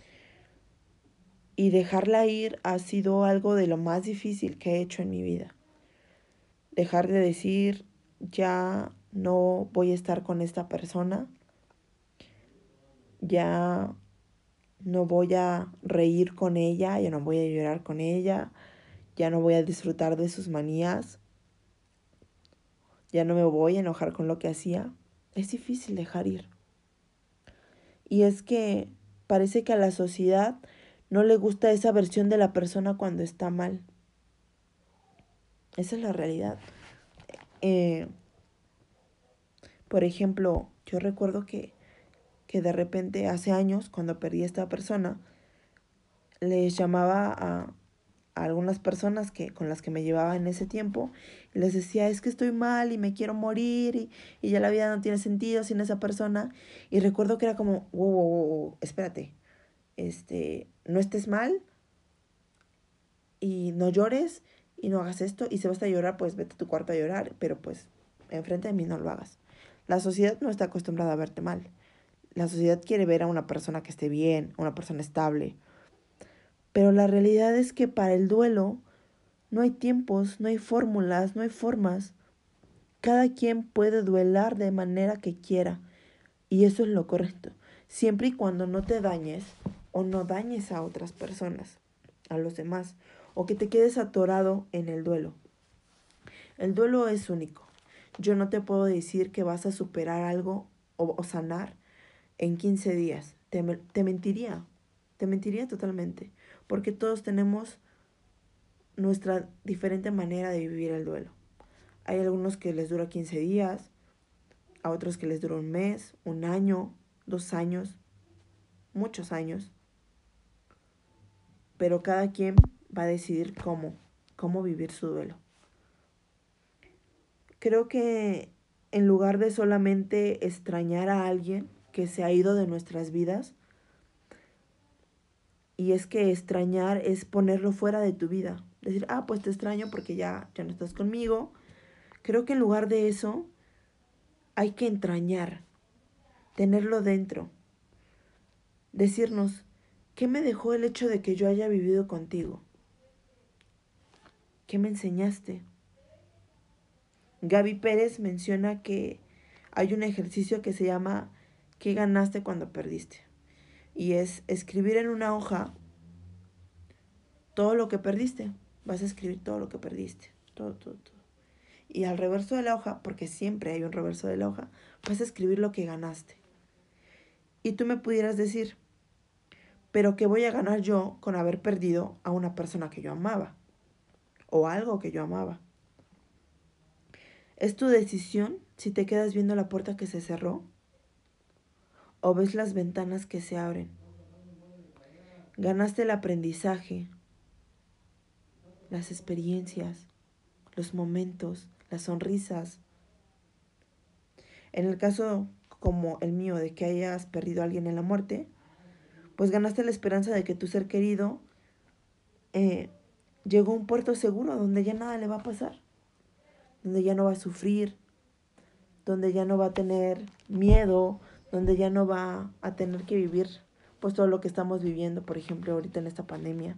Y dejarla ir ha sido algo de lo más difícil que he hecho en mi vida. Dejar de decir, ya no voy a estar con esta persona, ya no voy a reír con ella, ya no voy a llorar con ella, ya no voy a disfrutar de sus manías, ya no me voy a enojar con lo que hacía. Es difícil dejar ir. Y es que parece que a la sociedad no le gusta esa versión de la persona cuando está mal. Esa es la realidad. Por ejemplo, yo recuerdo que de repente hace años, cuando perdí a esta persona, les llamaba a algunas personas con las que me llevaba en ese tiempo y les decía, es que estoy mal y me quiero morir y ya la vida no tiene sentido sin esa persona. Y recuerdo que era como, wow, espérate, no estés mal y no llores y no hagas esto, y si vas a llorar, pues vete a tu cuarto a llorar, pero pues enfrente de mí no lo hagas. La sociedad no está acostumbrada a verte mal. La sociedad quiere ver a una persona que esté bien, una persona estable. Pero la realidad es que para el duelo no hay tiempos, no hay fórmulas, no hay formas. Cada quien puede duelar de manera que quiera. Y eso es lo correcto. Siempre y cuando no te dañes o no dañes a otras personas, a los demás, o que te quedes atorado en el duelo. El duelo es único. Yo no te puedo decir que vas a superar algo o sanar en 15 días. Te mentiría totalmente, porque todos tenemos nuestra diferente manera de vivir el duelo. Hay algunos que les dura 15 días, a otros que les dura un mes, un año, 2 años, muchos años, pero cada quien va a decidir cómo vivir su duelo. Creo que en lugar de solamente extrañar a alguien que se ha ido de nuestras vidas, y es que extrañar es ponerlo fuera de tu vida, decir, pues te extraño porque ya no estás conmigo. Creo que en lugar de eso hay que entrañar, tenerlo dentro, decirnos, ¿qué me dejó el hecho de que yo haya vivido contigo? ¿Qué me enseñaste? Gaby Pérez menciona que hay un ejercicio que se llama ¿qué ganaste cuando perdiste? Y es escribir en una hoja todo lo que perdiste. Vas a escribir todo lo que perdiste. Todo. Y al reverso de la hoja, porque siempre hay un reverso de la hoja, vas a escribir lo que ganaste. Y tú me pudieras decir, ¿pero qué voy a ganar yo con haber perdido a una persona que yo amaba? O algo que yo amaba. Es tu decisión si te quedas viendo la puerta que se cerró o ves las ventanas que se abren. Ganaste el aprendizaje, las experiencias, los momentos, las sonrisas. En el caso como el mío de que hayas perdido a alguien en la muerte, pues ganaste la esperanza de que tu ser querido llegó a un puerto seguro donde ya nada le va a pasar, donde ya no va a sufrir, donde ya no va a tener miedo, donde ya no va a tener que vivir pues todo lo que estamos viviendo, por ejemplo, ahorita en esta pandemia.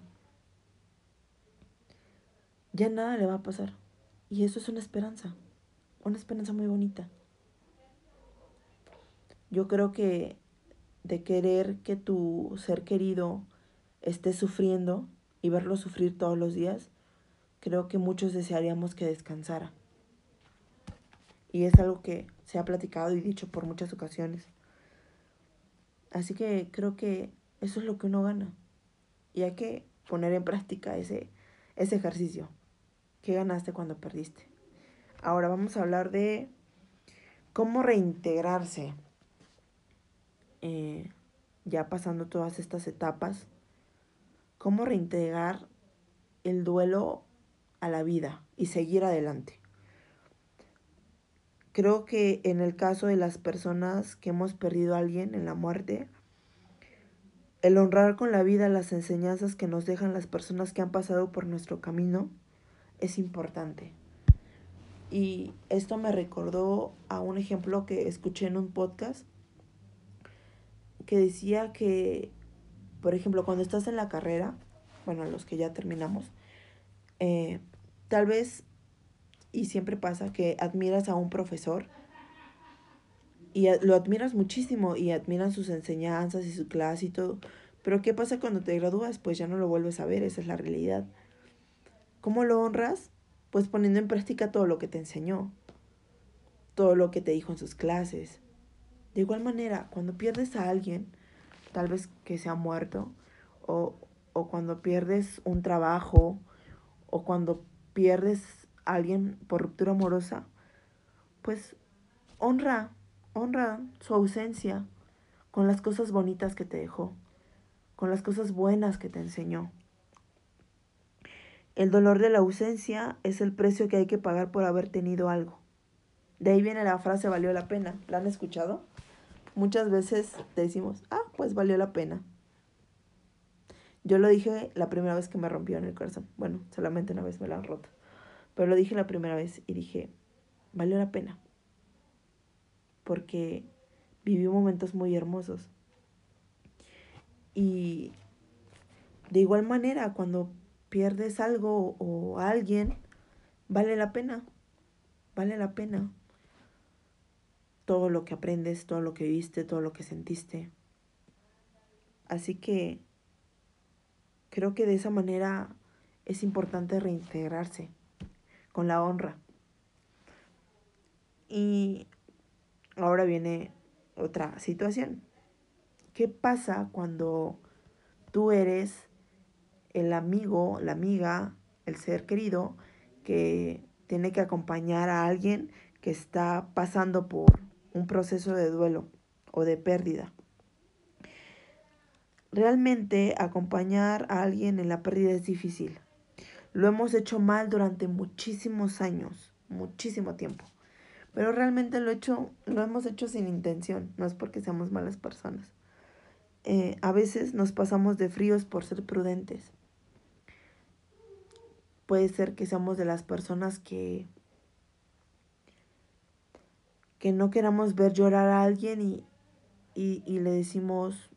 Ya nada le va a pasar. Y eso es una esperanza muy bonita. Yo creo que de querer que tu ser querido esté sufriendo y verlo sufrir todos los días, creo que muchos desearíamos que descansara. Y es algo que se ha platicado y dicho por muchas ocasiones. Así que creo que eso es lo que uno gana. Y hay que poner en práctica ese ejercicio. ¿Qué ganaste cuando perdiste? Ahora vamos a hablar de cómo reintegrarse. Ya pasando todas estas etapas, cómo reintegrar el duelo a la vida y seguir adelante. Creo que en el caso de las personas que hemos perdido a alguien en la muerte, el honrar con la vida las enseñanzas que nos dejan las personas que han pasado por nuestro camino es importante. Y esto me recordó a un ejemplo que escuché en un podcast que decía que, por ejemplo, cuando estás en la carrera, bueno, los que ya terminamos, tal vez, y siempre pasa, que admiras a un profesor y lo admiras muchísimo y admiran sus enseñanzas y su clase y todo. Pero ¿qué pasa cuando te gradúas? Pues ya no lo vuelves a ver, esa es la realidad. ¿Cómo lo honras? Pues poniendo en práctica todo lo que te enseñó, todo lo que te dijo en sus clases. De igual manera, cuando pierdes a alguien, tal vez que se ha muerto, o cuando pierdes un trabajo, o cuando pierdes a alguien por ruptura amorosa, pues honra su ausencia con las cosas bonitas que te dejó, con las cosas buenas que te enseñó. El dolor de la ausencia es el precio que hay que pagar por haber tenido algo. De ahí viene la frase valió la pena. ¿La han escuchado? Muchas veces decimos, pues valió la pena. Yo lo dije la primera vez que me rompió en el corazón. Bueno, solamente una vez me lo han roto. Pero lo dije la primera vez y dije, valió la pena. Porque viví momentos muy hermosos. Y de igual manera, cuando pierdes algo o a alguien, vale la pena. Vale la pena. Todo lo que aprendes, todo lo que viste, todo lo que sentiste. Así que creo que de esa manera es importante reintegrarse con la honra. Y ahora viene otra situación. ¿Qué pasa cuando tú eres el amigo, la amiga, el ser querido que tiene que acompañar a alguien que está pasando por un proceso de duelo o de pérdida? Realmente acompañar a alguien en la pérdida es difícil. Lo hemos hecho mal durante muchísimos años, muchísimo tiempo. Pero realmente lo hemos hecho sin intención, no es porque seamos malas personas. A veces nos pasamos de fríos por ser prudentes. Puede ser que seamos de las personas que no queramos ver llorar a alguien y le decimos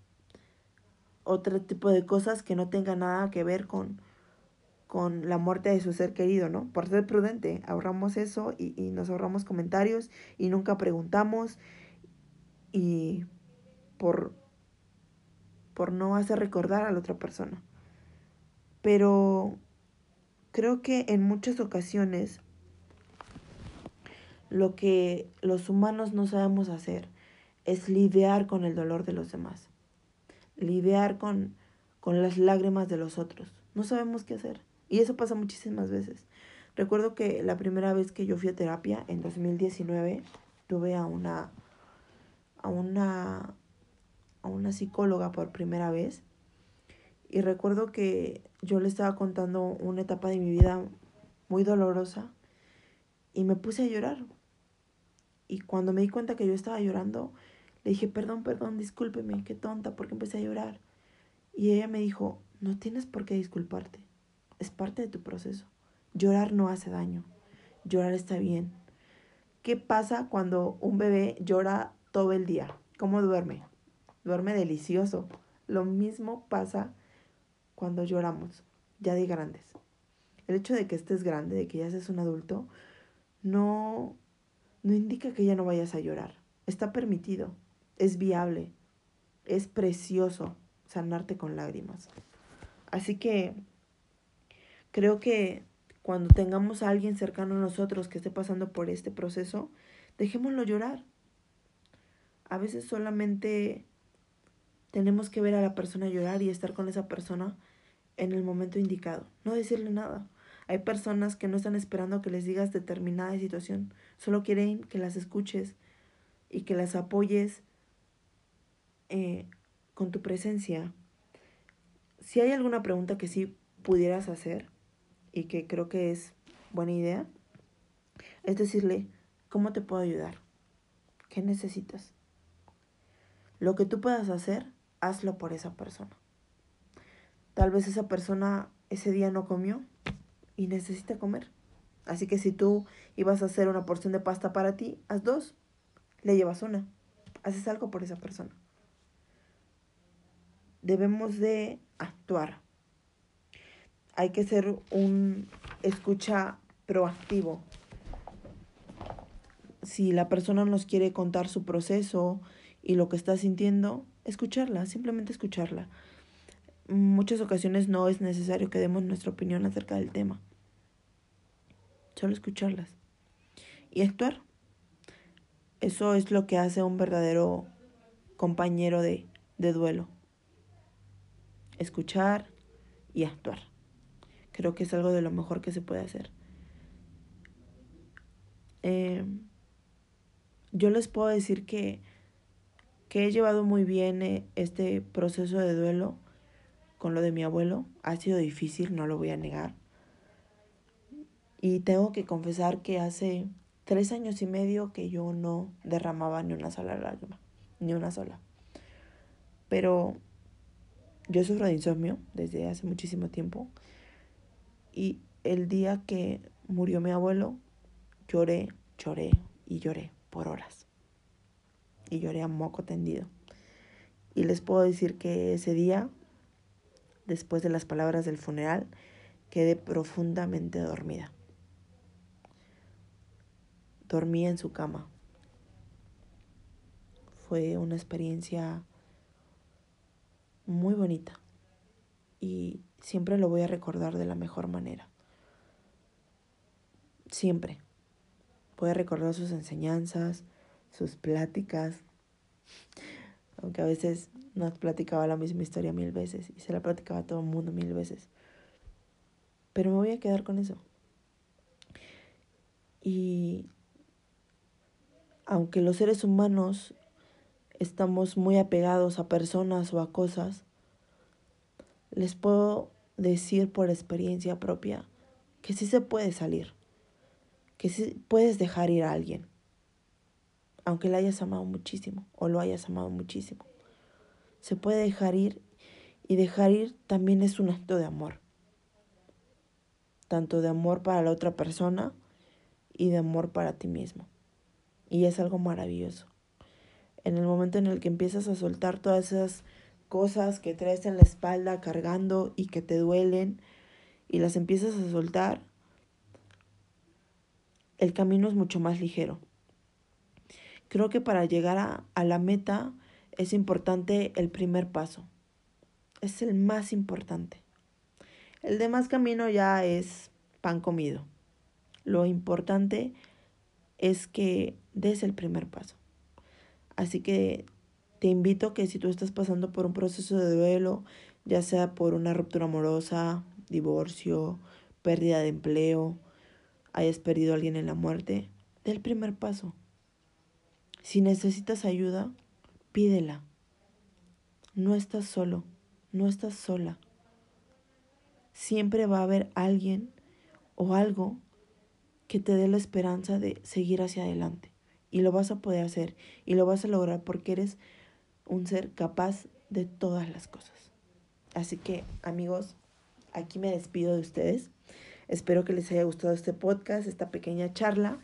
otro tipo de cosas que no tengan nada que ver con la muerte de su ser querido, ¿no? Por ser prudente, ahorramos eso y nos ahorramos comentarios y nunca preguntamos y por, por no hacer recordar a la otra persona. Pero creo que en muchas ocasiones lo que los humanos no sabemos hacer es lidiar con el dolor de los demás, lidiar con las lágrimas de los otros. No sabemos qué hacer. Y eso pasa muchísimas veces. Recuerdo que la primera vez que yo fui a terapia, en 2019, tuve a una, a una psicóloga por primera vez. Y recuerdo que yo le estaba contando una etapa de mi vida muy dolorosa y me puse a llorar. Y cuando me di cuenta que yo estaba llorando, le dije, perdón, discúlpeme, qué tonta, porque empecé a llorar. Y ella me dijo, no tienes por qué disculparte, es parte de tu proceso. Llorar no hace daño, llorar está bien. ¿Qué pasa cuando un bebé llora todo el día? ¿Cómo duerme? Duerme delicioso. Lo mismo pasa cuando lloramos, ya de grandes. El hecho de que estés grande, de que ya seas un adulto, no, no indica que ya no vayas a llorar. Está permitido, es viable, es precioso sanarte con lágrimas. Así que creo que cuando tengamos a alguien cercano a nosotros que esté pasando por este proceso, dejémoslo llorar. A veces solamente tenemos que ver a la persona llorar y estar con esa persona en el momento indicado, no decirle nada. Hay personas que no están esperando que les digas determinada situación, solo quieren que las escuches y que las apoyes con tu presencia. Si hay alguna pregunta que sí pudieras hacer y que creo que es buena idea, es decirle, ¿cómo te puedo ayudar? ¿Qué necesitas? Lo que tú puedas hacer, hazlo por esa persona. Tal vez esa persona ese día no comió y necesita comer. Así que si tú ibas a hacer una porción de pasta para ti, haz dos, le llevas una. Haces algo por esa persona. Debemos de actuar. Hay que ser un escucha proactivo. Si la persona nos quiere contar su proceso y lo que está sintiendo, escucharla, simplemente escucharla. En muchas ocasiones no es necesario que demos nuestra opinión acerca del tema. Solo escucharlas. Y actuar. Eso es lo que hace un verdadero compañero de duelo. Escuchar y actuar. Creo que es algo de lo mejor que se puede hacer. Yo les puedo decir que he llevado muy bien este proceso de duelo con lo de mi abuelo. Ha sido difícil, no lo voy a negar. Y tengo que confesar que hace 3 años y medio que yo no derramaba ni una sola lágrima, ni una sola. Pero Yo sufro de insomnio desde hace muchísimo tiempo. Y el día que murió mi abuelo, lloré y lloré por horas. Y lloré a moco tendido. Y les puedo decir que ese día, después de las palabras del funeral, quedé profundamente dormida. Dormí en su cama. Fue una experiencia muy bonita. Y siempre lo voy a recordar de la mejor manera. Siempre. Voy a recordar sus enseñanzas, sus pláticas. Aunque a veces nos platicaba la misma historia 1000 veces. Y se la platicaba a todo el mundo 1000 veces. Pero me voy a quedar con eso. Y aunque los seres humanos estamos muy apegados a personas o a cosas, les puedo decir por experiencia propia que sí se puede salir, que sí puedes dejar ir a alguien, aunque le hayas amado muchísimo o lo hayas amado muchísimo. Se puede dejar ir, y dejar ir también es un acto de amor, tanto de amor para la otra persona y de amor para ti mismo. Y es algo maravilloso. En el momento en el que empiezas a soltar todas esas cosas que traes en la espalda cargando y que te duelen, y las empiezas a soltar, el camino es mucho más ligero. Creo que para llegar a la meta es importante el primer paso. Es el más importante. El demás camino ya es pan comido. Lo importante es que des el primer paso. Así que te invito a que si tú estás pasando por un proceso de duelo, ya sea por una ruptura amorosa, divorcio, pérdida de empleo, hayas perdido a alguien en la muerte, dé el primer paso. Si necesitas ayuda, pídela. No estás solo, no estás sola. Siempre va a haber alguien o algo que te dé la esperanza de seguir hacia adelante. Y lo vas a poder hacer y lo vas a lograr porque eres un ser capaz de todas las cosas. Así que, amigos, aquí me despido de ustedes. Espero que les haya gustado este podcast, esta pequeña charla.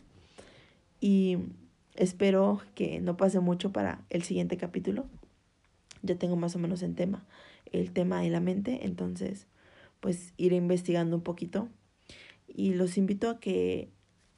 Y espero que no pase mucho para el siguiente capítulo. Ya tengo más o menos el tema en la mente. Entonces, pues iré investigando un poquito. Y los invito a que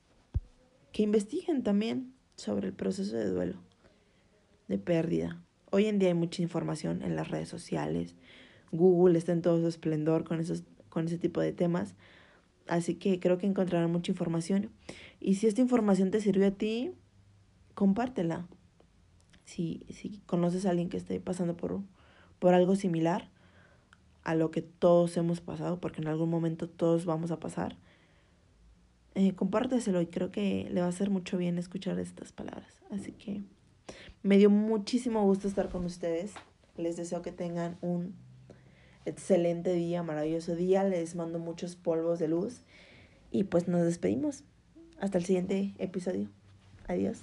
investiguen también sobre el proceso de duelo, de pérdida. Hoy en día hay mucha información en las redes sociales. Google está en todo su esplendor con ese tipo de temas. Así que creo que encontrarán mucha información. Y si esta información te sirvió a ti, compártela. Si conoces a alguien que esté pasando por algo similar a lo que todos hemos pasado, porque en algún momento todos vamos a pasar, compárteselo y creo que le va a hacer mucho bien escuchar estas palabras. Así que me dio muchísimo gusto estar con ustedes. Les deseo que tengan un excelente día, maravilloso día. Les mando muchos polvos de luz. Y pues nos despedimos. Hasta el siguiente episodio. Adiós.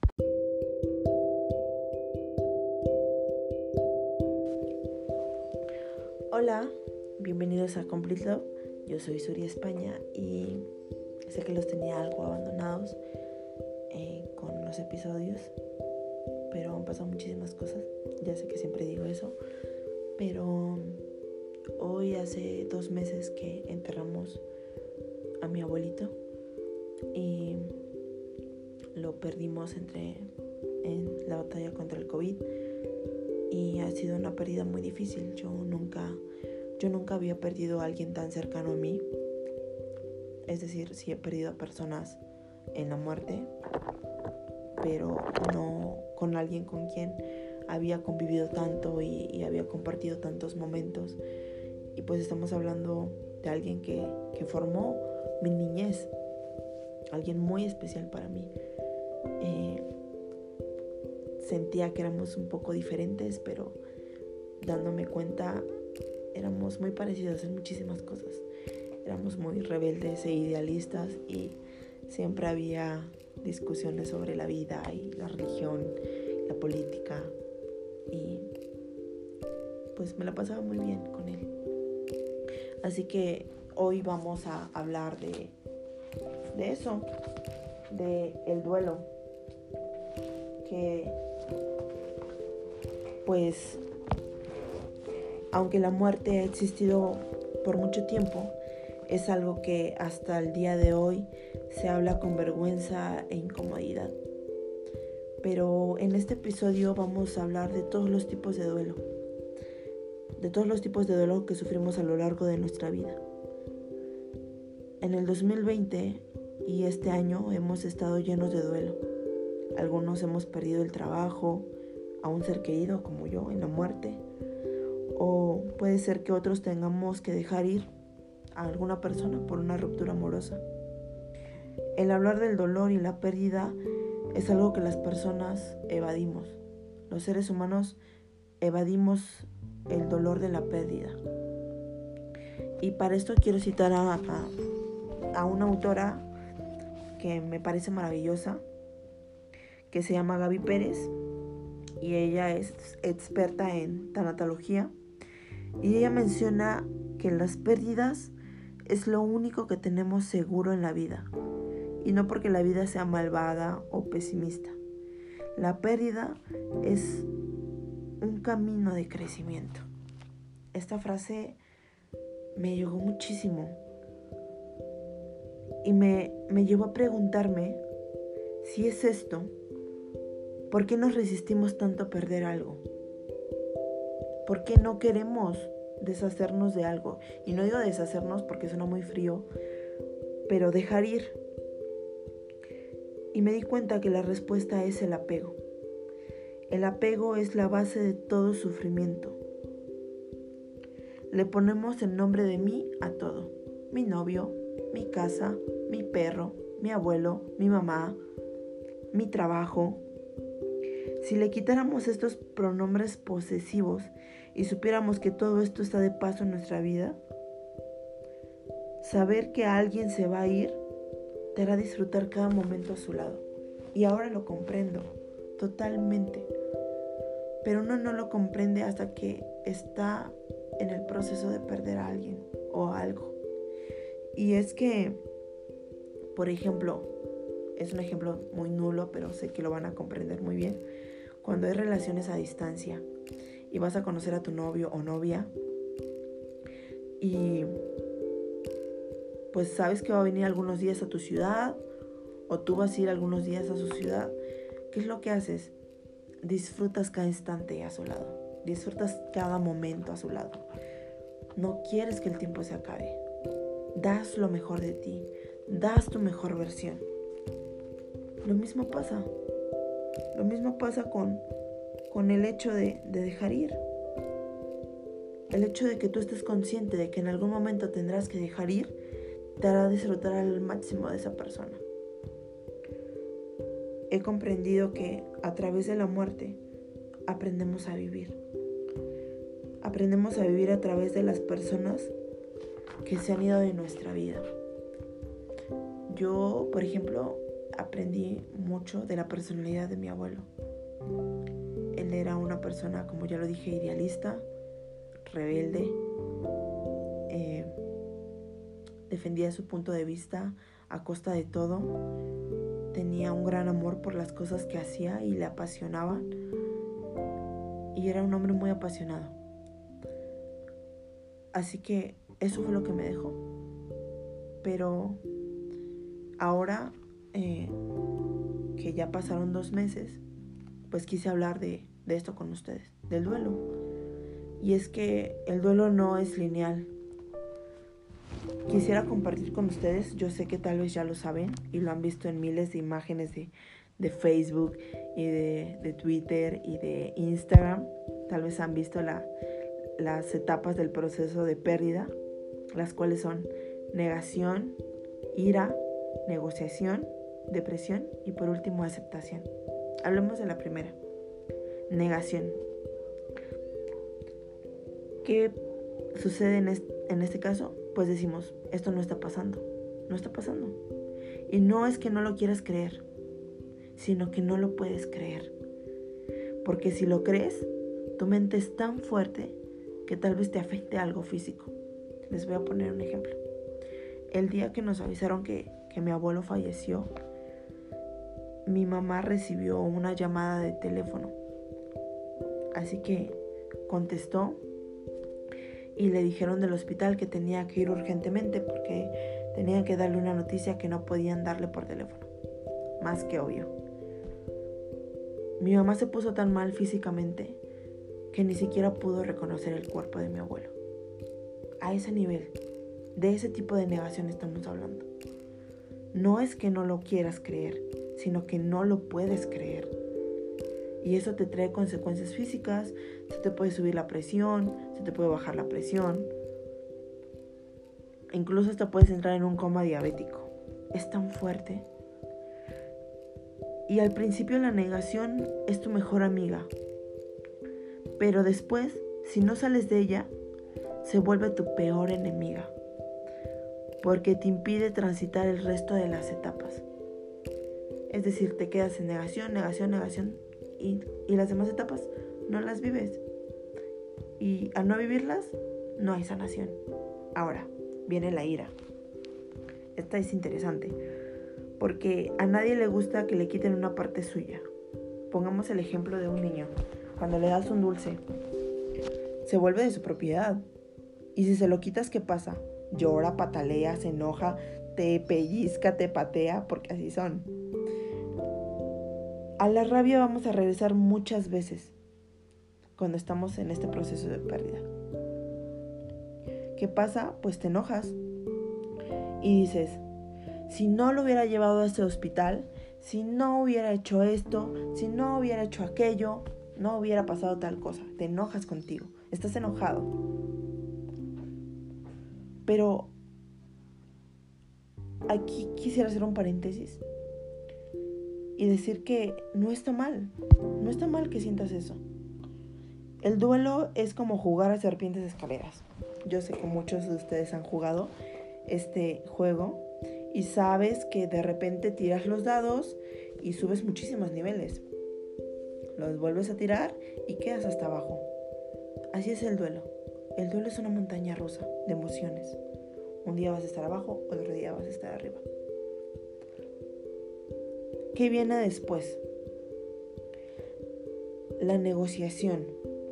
Hola, bienvenidos a Complete Love. Yo soy Suri España y sé que los tenía algo abandonados con los episodios, pero han pasado muchísimas cosas. Ya sé que siempre digo eso, pero hoy hace 2 meses que enterramos a mi abuelito y lo perdimos en la batalla contra el COVID y ha sido una pérdida muy difícil. Yo nunca había perdido a alguien tan cercano a mí. Es decir, sí he perdido a personas en la muerte, pero no con alguien con quien había convivido tanto y había compartido tantos momentos. Y pues estamos hablando de alguien que formó mi niñez, alguien muy especial para mí. Sentía que éramos un poco diferentes, pero dándome cuenta éramos muy parecidos en muchísimas cosas. Éramos muy rebeldes e idealistas y siempre había discusiones sobre la vida y la religión, la política, y pues me la pasaba muy bien con él. Así que hoy vamos a hablar de eso, de el duelo, que pues aunque la muerte ha existido por mucho tiempo, es algo que hasta el día de hoy se habla con vergüenza e incomodidad. Pero en este episodio vamos a hablar de todos los tipos de duelo, que sufrimos a lo largo de nuestra vida. En el 2020 y este año hemos estado llenos de duelo. Algunos hemos perdido el trabajo, a un ser querido como yo en la muerte, o puede ser que otros tengamos que dejar ir a alguna persona por una ruptura amorosa. El hablar del dolor y la pérdida es algo que las personas evadimos. Los seres humanos evadimos el dolor de la pérdida. Y para esto quiero citar a una autora que me parece maravillosa, que se llama Gaby Pérez, y ella es experta en tanatología, y ella menciona que las pérdidas es lo único que tenemos seguro en la vida, y no porque la vida sea malvada o pesimista. La pérdida es un camino de crecimiento. Esta frase me llegó muchísimo y me llevó a preguntarme si es esto, ¿por qué nos resistimos tanto a perder algo? ¿Por qué no queremos deshacernos de algo? Y no digo deshacernos porque suena muy frío, pero dejar ir. Y me di cuenta que la respuesta es el apego. El apego es la base de todo sufrimiento. Le ponemos el nombre de mí a todo. Mi novio, mi casa, mi perro, mi abuelo, mi mamá, mi trabajo. Si le quitáramos estos pronombres posesivos y supiéramos que todo esto está de paso en nuestra vida, saber que alguien se va a ir te hará disfrutar cada momento a su lado. Y ahora lo comprendo totalmente. Pero uno no lo comprende hasta que está en el proceso de perder a alguien o algo. Y es que, por ejemplo, es un ejemplo muy nulo, pero sé que lo van a comprender muy bien. Cuando hay relaciones a distancia y vas a conocer a tu novio o novia y pues sabes que va a venir algunos días a tu ciudad o tú vas a ir algunos días a su ciudad, ¿qué es lo que haces? Disfrutas cada instante a su lado, disfrutas cada momento a su lado. No quieres que el tiempo se acabe. Das lo mejor de ti, das tu mejor versión. Lo mismo pasa con el hecho de dejar ir. El hecho de que tú estés consciente de que en algún momento tendrás que dejar ir, te hará disfrutar al máximo de esa persona. He comprendido que a través de la muerte aprendemos a vivir. Aprendemos a vivir a través de las personas que se han ido de nuestra vida. Yo, por ejemplo, aprendí mucho de la personalidad de mi abuelo. Él era una persona, como ya lo dije, idealista, rebelde, defendía su punto de vista a costa de todo, tenía un gran amor por las cosas que hacía y le apasionaban, y era un hombre muy apasionado. Así que eso fue lo que me dejó. Pero ahora que ya pasaron 2 meses, pues quise hablar de esto con ustedes, del duelo. Y es que el duelo no es lineal. Quisiera compartir con ustedes, yo sé que tal vez ya lo saben y lo han visto en miles de imágenes de Facebook y de Twitter y de Instagram. Tal vez han visto las etapas del proceso de pérdida, las cuales son negación, ira, negociación, depresión y por último aceptación. Hablemos de la primera, negación. ¿Qué sucede en este caso? Pues decimos, esto no está pasando. Y no es que no lo quieras creer, sino que no lo puedes creer. Porque si lo crees, tu mente es tan fuerte que tal vez te afecte algo físico. Les voy a poner un ejemplo. El día que nos avisaron que mi abuelo falleció, mi mamá recibió una llamada de teléfono. Así que contestó y le dijeron del hospital que tenía que ir urgentemente porque tenían que darle una noticia que no podían darle por teléfono. Más que obvio. Mi mamá se puso tan mal físicamente que ni siquiera pudo reconocer el cuerpo de mi abuelo. A ese nivel, de ese tipo de negación estamos hablando. No es que no lo quieras creer, sino que no lo puedes creer. Y eso te trae consecuencias físicas, se te puede subir la presión, se te puede bajar la presión. Incluso hasta puedes entrar en un coma diabético. Es tan fuerte. Y al principio la negación es tu mejor amiga. Pero después, si no sales de ella, se vuelve tu peor enemiga. Porque te impide transitar el resto de las etapas. Es decir, te quedas en negación, negación, negación. Y las demás etapas no las vives. Y al no vivirlas, no hay sanación. Ahora, viene la ira. Esta es interesante, porque a nadie le gusta que le quiten una parte suya. Pongamos el ejemplo de un niño. Cuando le das un dulce, se vuelve de su propiedad. Y si se lo quitas, ¿qué pasa? Llora, patalea, se enoja, te pellizca, te patea, porque así son. A la rabia vamos a regresar muchas veces cuando estamos en este proceso de pérdida. ¿Qué pasa? Pues te enojas y dices, si no lo hubiera llevado a ese hospital, si no hubiera hecho esto, si no hubiera hecho aquello, no hubiera pasado tal cosa. Te enojas contigo, estás enojado. Pero aquí quisiera hacer un paréntesis y decir que no está mal que sientas eso. El duelo es como jugar a serpientes escaleras. Yo sé que muchos de ustedes han jugado este juego y sabes que de repente tiras los dados y subes muchísimos niveles. Los vuelves a tirar y quedas hasta abajo. Así es el duelo. El duelo es una montaña rusa de emociones. Un día vas a estar abajo, otro día vas a estar arriba. ¿Qué viene después? La negociación.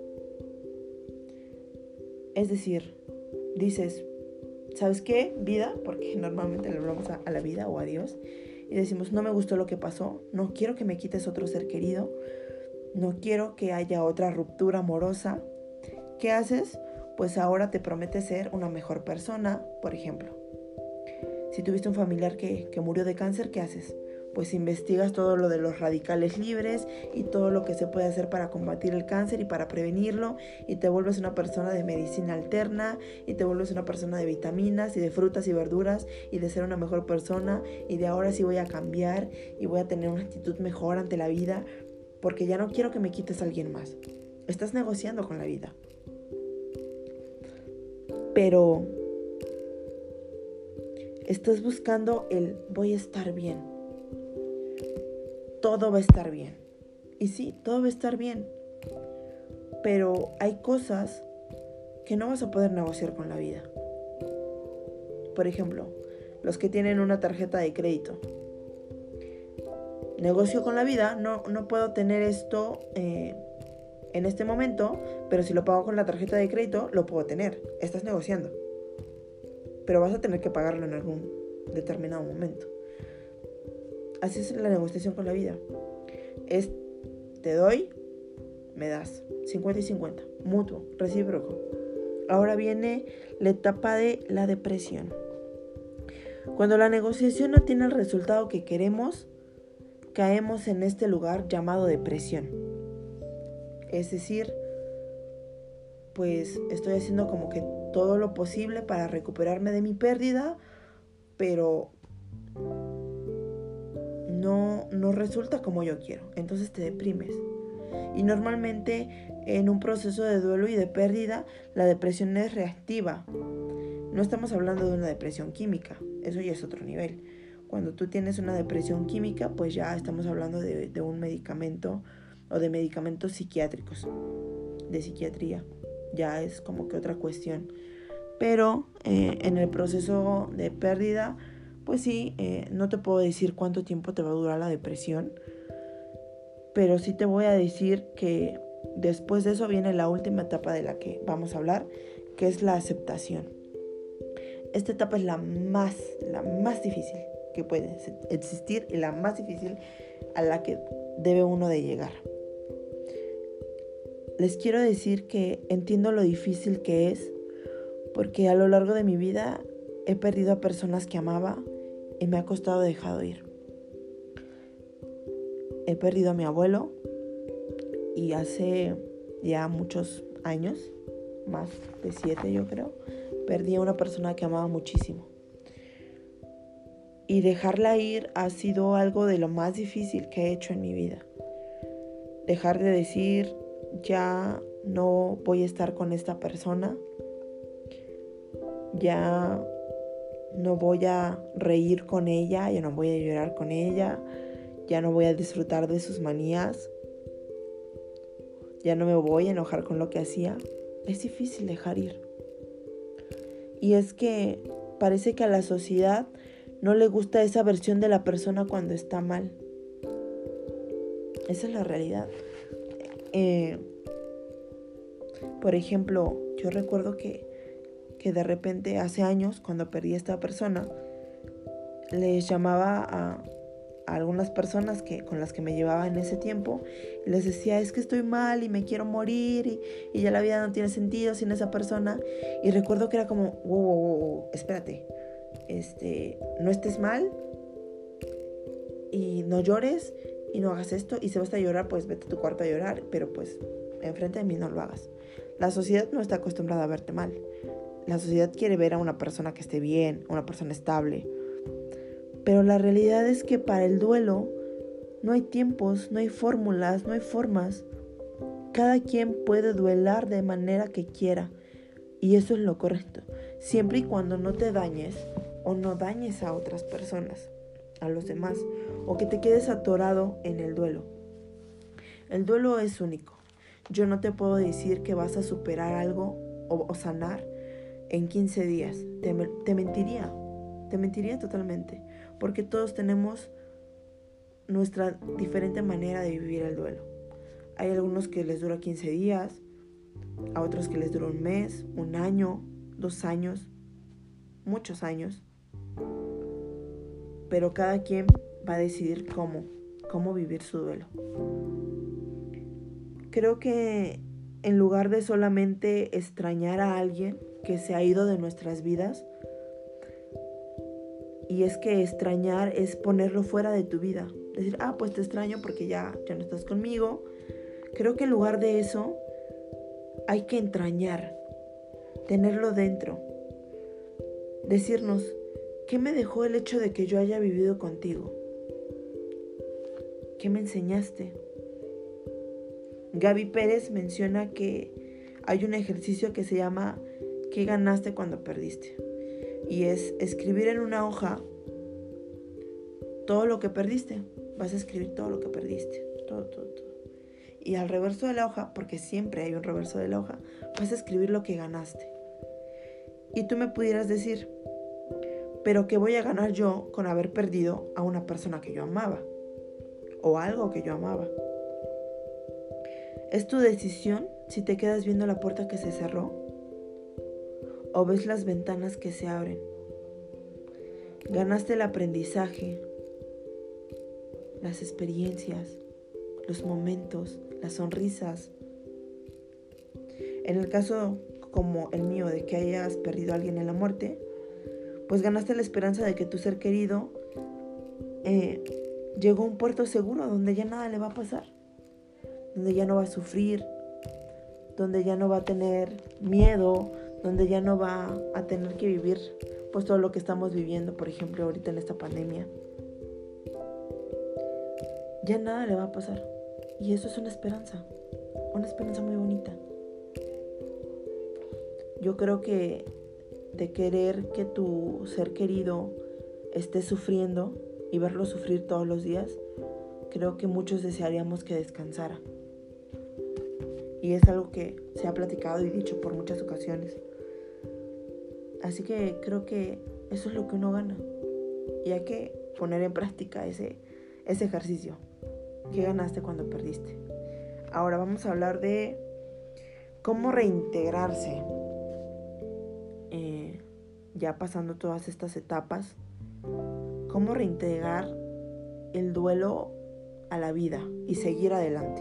Es decir, dices, ¿sabes qué? Vida, porque normalmente le hablamos a la vida o a Dios, y decimos, no me gustó lo que pasó, no quiero que me quites otro ser querido, no quiero que haya otra ruptura amorosa. ¿Qué haces? Pues ahora te prometes ser una mejor persona, por ejemplo. Si tuviste un familiar que murió de cáncer, ¿qué haces? Pues investigas todo lo de los radicales libres y todo lo que se puede hacer para combatir el cáncer y para prevenirlo, y te vuelves una persona de medicina alterna y te vuelves una persona de vitaminas y de frutas y verduras y de ser una mejor persona, y de ahora sí voy a cambiar y voy a tener una actitud mejor ante la vida porque ya no quiero que me quites a alguien más. Estás negociando con la vida. Pero estás buscando el voy a estar bien. Todo va a estar bien. Y sí, todo va a estar bien. Pero hay cosas que no vas a poder negociar con la vida. Por ejemplo, los que tienen una tarjeta de crédito. Negocio con la vida, no puedo tener esto en este momento, pero si lo pago con la tarjeta de crédito, lo puedo tener. Estás negociando. Pero vas a tener que pagarlo en algún determinado momento. Así es la negociación con la vida. Es, te doy, me das. 50 y 50. Mutuo, recíproco. Ahora viene la etapa de la depresión. Cuando la negociación no tiene el resultado que queremos, caemos en este lugar llamado depresión. Es decir, pues estoy haciendo como que todo lo posible para recuperarme de mi pérdida, pero no resulta como yo quiero. Entonces te deprimes. Y normalmente en un proceso de duelo y de pérdida, la depresión es reactiva. No estamos hablando de una depresión química. Eso ya es otro nivel. Cuando tú tienes una depresión química, pues ya estamos hablando de un medicamento o de medicamentos psiquiátricos, de psiquiatría. ya es como que otra cuestión. Pero en el proceso de pérdida, pues sí, no te puedo decir cuánto tiempo te va a durar la depresión, pero sí te voy a decir que después de eso viene la última etapa de la que vamos a hablar, que es la aceptación. Esta etapa es la más difícil que puede existir y la más difícil a la que debe uno de llegar. Les quiero decir que entiendo lo difícil que es, porque a lo largo de mi vida he perdido a personas que amaba y me ha costado dejar de ir. He perdido a mi abuelo y hace ya muchos años, más de 7 yo creo, perdí a una persona que amaba muchísimo. Y dejarla ir ha sido algo de lo más difícil que he hecho en mi vida. Dejar de decir, ya no voy a estar con esta persona, ya no voy a reír con ella, ya no voy a llorar con ella, ya no voy a disfrutar de sus manías, ya no me voy a enojar con lo que hacía. Es difícil dejar ir. Y es que parece que a la sociedad no le gusta esa versión de la persona cuando está mal. Esa es la realidad. Por ejemplo, yo recuerdo que de repente hace años, cuando perdí a esta persona, les llamaba a algunas personas con las que me llevaba en ese tiempo y les decía, es que estoy mal y me quiero morir y ya la vida no tiene sentido sin esa persona. Y recuerdo que era como, wow, espérate, no estés mal y no llores y no hagas esto, y si vas a llorar, pues vete a tu cuarto a llorar, pero pues enfrente de mí no lo hagas. La sociedad no está acostumbrada a verte mal. La sociedad quiere ver a una persona que esté bien, una persona estable. Pero la realidad es que para el duelo no hay tiempos, no hay fórmulas, no hay formas. Cada quien puede duelar de manera que quiera. Y eso es lo correcto. Siempre y cuando no te dañes o no dañes a otras personas, a los demás, o que te quedes atorado en el duelo. El duelo es único. Yo no te puedo decir que vas a superar algo o sanar en 15 días. Te mentiría totalmente, porque todos tenemos nuestra diferente manera de vivir el duelo. Hay algunos que les dura 15 días, a otros que les dura un mes, un año, 2 años, muchos años. Pero cada quien va a decidir cómo vivir su duelo. Creo que en lugar de solamente extrañar a alguien que se ha ido de nuestras vidas, y es que extrañar es ponerlo fuera de tu vida, decir, pues te extraño porque ya no estás conmigo. Creo que en lugar de eso hay que entrañar, tenerlo dentro, decirnos, ¿qué me dejó el hecho de que yo haya vivido contigo? ¿Qué me enseñaste? Gaby Pérez menciona que hay un ejercicio que se llama ¿qué ganaste cuando perdiste? Y es escribir en una hoja todo lo que perdiste. Vas a escribir todo lo que perdiste, todo. Y al reverso de la hoja, porque siempre hay un reverso de la hoja, vas a escribir lo que ganaste. Y tú me pudieras decir, ¿pero qué voy a ganar yo con haber perdido a una persona que yo amaba? O algo que yo amaba. Es tu decisión si te quedas viendo la puerta que se cerró o ves las ventanas que se abren. Ganaste el aprendizaje, las experiencias, los momentos, las sonrisas. En el caso como el mío de que hayas perdido a alguien en la muerte, pues ganaste la esperanza de que tu ser querido llegó a un puerto seguro donde ya nada le va a pasar, donde ya no va a sufrir, donde ya no va a tener miedo, donde ya no va a tener que vivir pues todo lo que estamos viviendo, por ejemplo, ahorita en esta pandemia. Ya nada le va a pasar. Y eso es una esperanza muy bonita. Yo creo que de querer que tu ser querido esté sufriendo y verlo sufrir todos los días, creo que muchos desearíamos que descansara. Y es algo que se ha platicado y dicho por muchas ocasiones. Así que creo que eso es lo que uno gana. Y hay que poner en práctica ese ejercicio. ¿Qué ganaste cuando perdiste? Ahora vamos a hablar de cómo reintegrarse. Ya pasando todas estas etapas, cómo reintegrar el duelo a la vida y seguir adelante.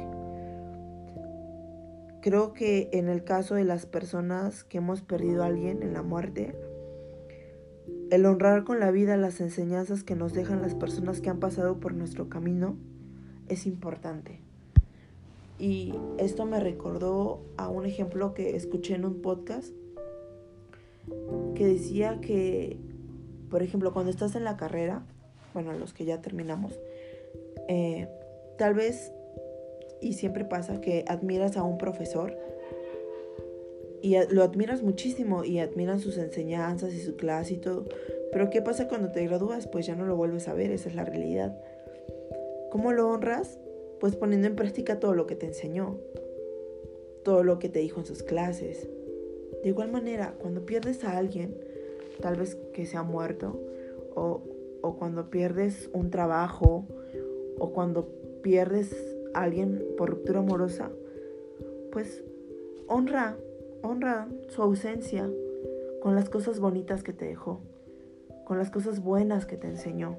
Creo que en el caso de las personas que hemos perdido a alguien en la muerte, el honrar con la vida las enseñanzas que nos dejan las personas que han pasado por nuestro camino es importante. Y esto me recordó a un ejemplo que escuché en un podcast que decía que, por ejemplo, cuando estás en la carrera, bueno, los que ya terminamos, tal vez, y siempre pasa, que admiras a un profesor y lo admiras muchísimo y admiran sus enseñanzas y su clase y todo. Pero ¿qué pasa cuando te gradúas? Pues ya no lo vuelves a ver, esa es la realidad. ¿Cómo lo honras? Pues poniendo en práctica todo lo que te enseñó, todo lo que te dijo en sus clases. De igual manera, cuando pierdes a alguien, tal vez que se ha muerto, o cuando pierdes un trabajo, o cuando pierdes a alguien por ruptura amorosa, pues honra su ausencia con las cosas bonitas que te dejó, con las cosas buenas que te enseñó.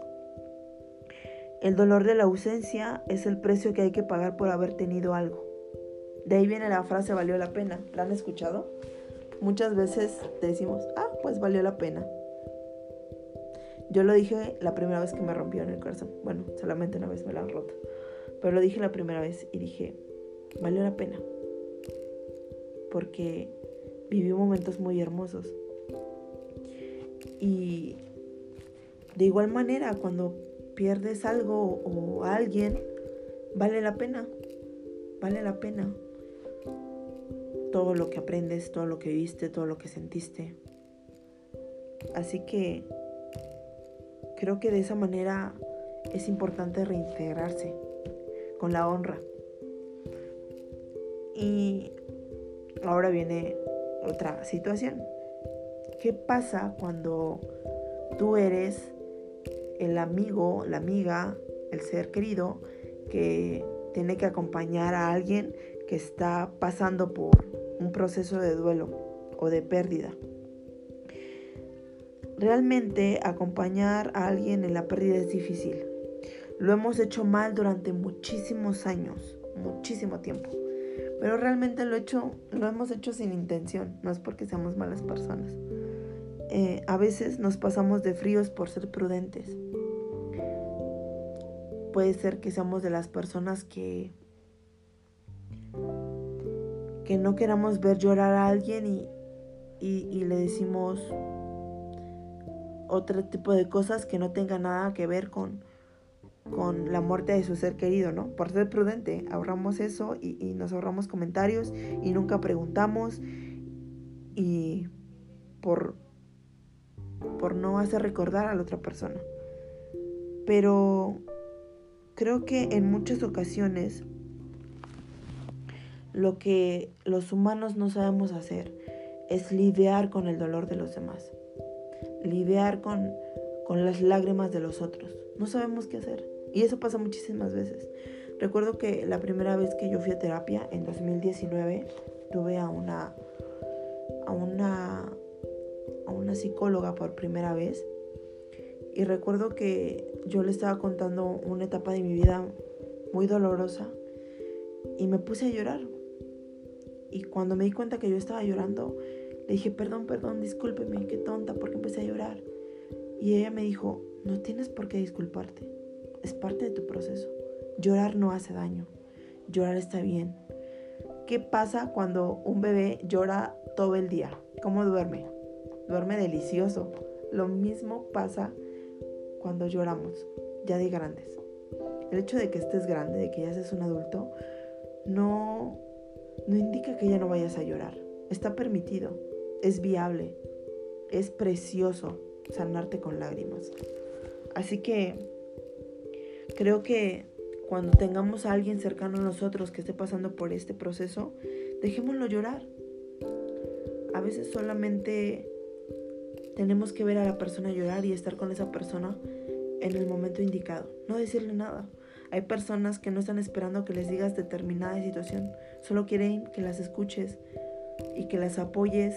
El dolor de la ausencia es el precio que hay que pagar por haber tenido algo. De ahí viene la frase valió la pena. ¿La han escuchado? Muchas veces te decimos, pues valió la pena. Yo lo dije la primera vez que me rompió en el corazón. Bueno, solamente una vez me lo han roto. Pero lo dije la primera vez y dije, valió la pena. Porque viví momentos muy hermosos. Y de igual manera, cuando pierdes algo o a alguien, vale la pena. Vale la pena. Todo lo que aprendes, todo lo que viste, todo lo que sentiste. Así que creo que de esa manera es importante reintegrarse con la honra. Y ahora viene otra situación. ¿Qué pasa cuando tú eres el amigo, la amiga, el ser querido que tiene que acompañar a alguien que está pasando por un proceso de duelo o de pérdida? Realmente acompañar a alguien en la pérdida es difícil. Lo hemos hecho mal durante muchísimos años, muchísimo tiempo. Pero realmente lo hemos hecho sin intención, no es porque seamos malas personas. A veces nos pasamos de fríos por ser prudentes. Puede ser que seamos de las personas que no queramos ver llorar a alguien y le decimos otro tipo de cosas que no tengan nada que ver con la muerte de su ser querido, ¿no? Por ser prudente, ahorramos eso y nos ahorramos comentarios y nunca preguntamos y por no hacer recordar a la otra persona. Pero creo que en muchas ocasiones lo que los humanos no sabemos hacer es lidiar con el dolor de los demás, lidiar con las lágrimas de los otros. No sabemos qué hacer y eso pasa muchísimas veces. Recuerdo que la primera vez que yo fui a terapia en 2019 tuve a una psicóloga por primera vez y recuerdo que yo le estaba contando una etapa de mi vida muy dolorosa y me puse a llorar. Y cuando me di cuenta que yo estaba llorando, le dije, perdón, discúlpeme, qué tonta, porque empecé a llorar. Y ella me dijo, no tienes por qué disculparte, es parte de tu proceso. Llorar no hace daño, llorar está bien. ¿Qué pasa cuando un bebé llora todo el día? ¿Cómo duerme? Duerme delicioso. Lo mismo pasa cuando lloramos, ya de grandes. El hecho de que estés grande, de que ya seas un adulto, no indica que ya no vayas a llorar. Está permitido, es viable, es precioso sanarte con lágrimas. Así que creo que cuando tengamos a alguien cercano a nosotros que esté pasando por este proceso, dejémoslo llorar. A veces solamente tenemos que ver a la persona llorar y estar con esa persona en el momento indicado, no decirle nada. Hay personas que no están esperando que les digas determinada situación, solo quieren que las escuches y que las apoyes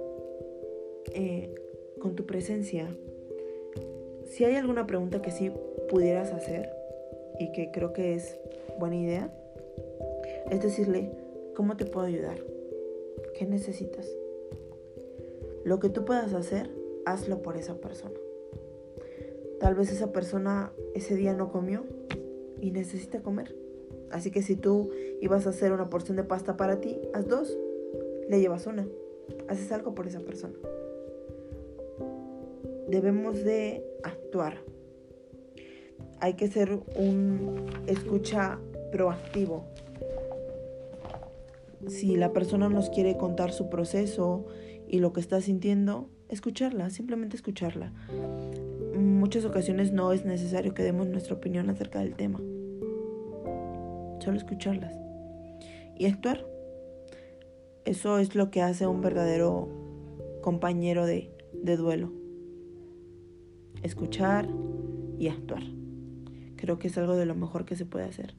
con tu presencia. Si hay alguna pregunta que sí pudieras hacer y que creo que es buena idea, es decirle, ¿cómo te puedo ayudar? ¿Qué necesitas? Lo que tú puedas hacer, hazlo por esa persona. Tal vez esa persona ese día no comió y necesita comer. Así que si tú ibas a hacer una porción de pasta para ti, haz 2, le llevas una. Haces algo por esa persona. Debemos de actuar. Hay que ser un escucha proactivo. Si la persona nos quiere contar su proceso y lo que está sintiendo, escucharla, simplemente escucharla. En muchas ocasiones no es necesario que demos nuestra opinión acerca del tema. Solo escucharlas y actuar. Eso es lo que hace un verdadero compañero de duelo. Escuchar y actuar. Creo que es algo de lo mejor que se puede hacer.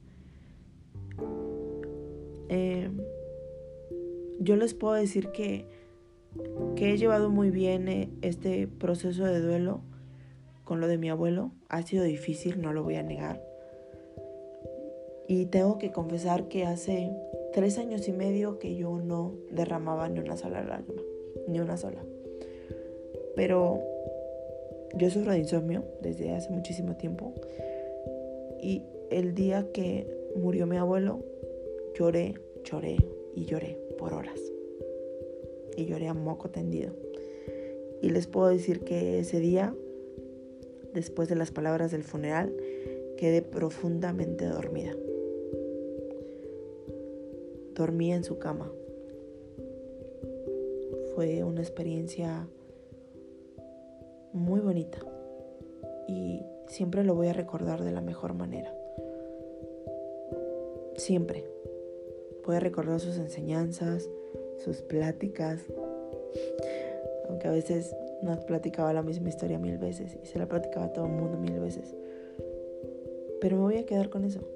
Yo les puedo decir que he llevado muy bien este proceso de duelo con lo de mi abuelo. Ha sido difícil, no lo voy a negar. Y tengo que confesar que hace 3 años y medio que yo no derramaba ni una sola lágrima, ni una sola. Pero yo sufro de insomnio desde hace muchísimo tiempo. Y el día que murió mi abuelo, lloré por horas. Y lloré a moco tendido. Y les puedo decir que ese día, después de las palabras del funeral, quedé profundamente dormida. Dormí en su cama. Fue una experiencia muy bonita y siempre lo voy a recordar de la mejor manera. Siempre. Voy a recordar sus enseñanzas, sus pláticas, aunque a veces nos platicaba la misma historia 1000 veces y se la platicaba a todo el mundo 1000 veces. Pero me voy a quedar con eso.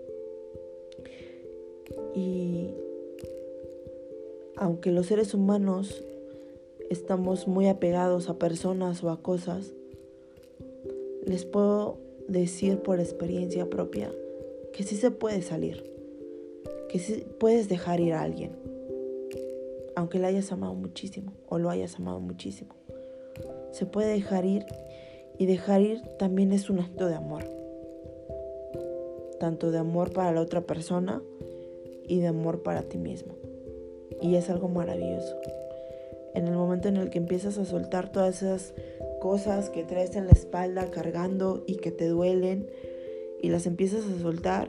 Y aunque los seres humanos estamos muy apegados a personas o a cosas, les puedo decir por experiencia propia que sí se puede salir, que sí puedes dejar ir a alguien, aunque la hayas amado muchísimo o lo hayas amado muchísimo. Se puede dejar ir, y dejar ir también es un acto de amor, tanto de amor para la otra persona y de amor para ti mismo. Y es algo maravilloso. En el momento en el que empiezas a soltar todas esas cosas que traes en la espalda cargando y que te duelen y las empiezas a soltar,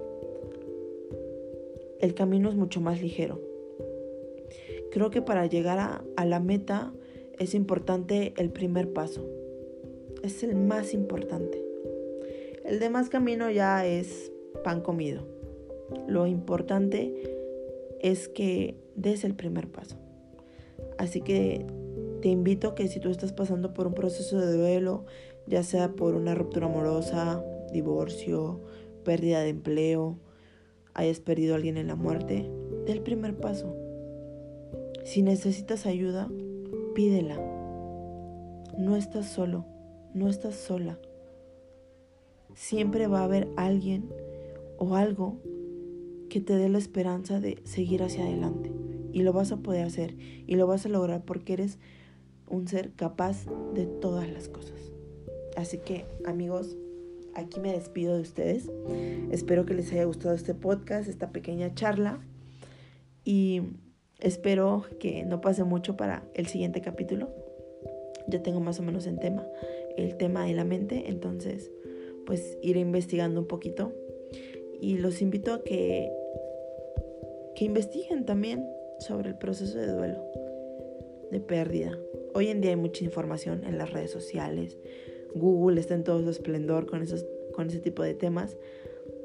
el camino es mucho más ligero. Creo que para llegar a la meta es importante el primer paso. Es el más importante. El demás camino ya es pan comido. Lo importante es que des el primer paso. Así que te invito a que si tú estás pasando por un proceso de duelo, ya sea por una ruptura amorosa, divorcio, pérdida de empleo, hayas perdido a alguien en la muerte, dé el primer paso. Si necesitas ayuda, pídela. No estás solo, no estás sola. Siempre va a haber alguien o algo que te dé la esperanza de seguir hacia adelante. Y lo vas a poder hacer y lo vas a lograr porque eres un ser capaz de todas las cosas. Así que, amigos, aquí me despido de ustedes. Espero que les haya gustado este podcast, esta pequeña charla. Y espero que no pase mucho para el siguiente capítulo. Ya tengo más o menos el tema en la mente. Entonces, pues iré investigando un poquito. Y los invito a que investiguen también sobre el proceso de duelo, de pérdida. Hoy en día hay mucha información en las redes sociales. Google está en todo su esplendor con ese tipo de temas.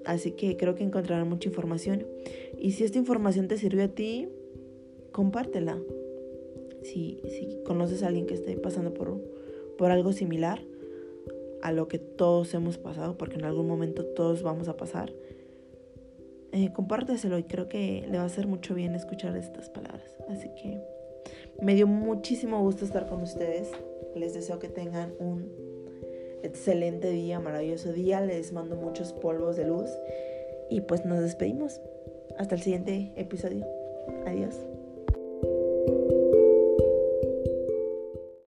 Así que creo que encontrarán mucha información. Y si esta información te sirvió a ti, compártela. Si conoces a alguien que esté pasando por algo similar a lo que todos hemos pasado, porque en algún momento todos vamos a pasar, compárteselo y creo que le va a hacer mucho bien escuchar estas palabras. Así que me dio muchísimo gusto estar con ustedes. Les deseo que tengan un excelente día, maravilloso día. Les mando muchos polvos de luz y pues nos despedimos. Hasta el siguiente episodio. Adiós.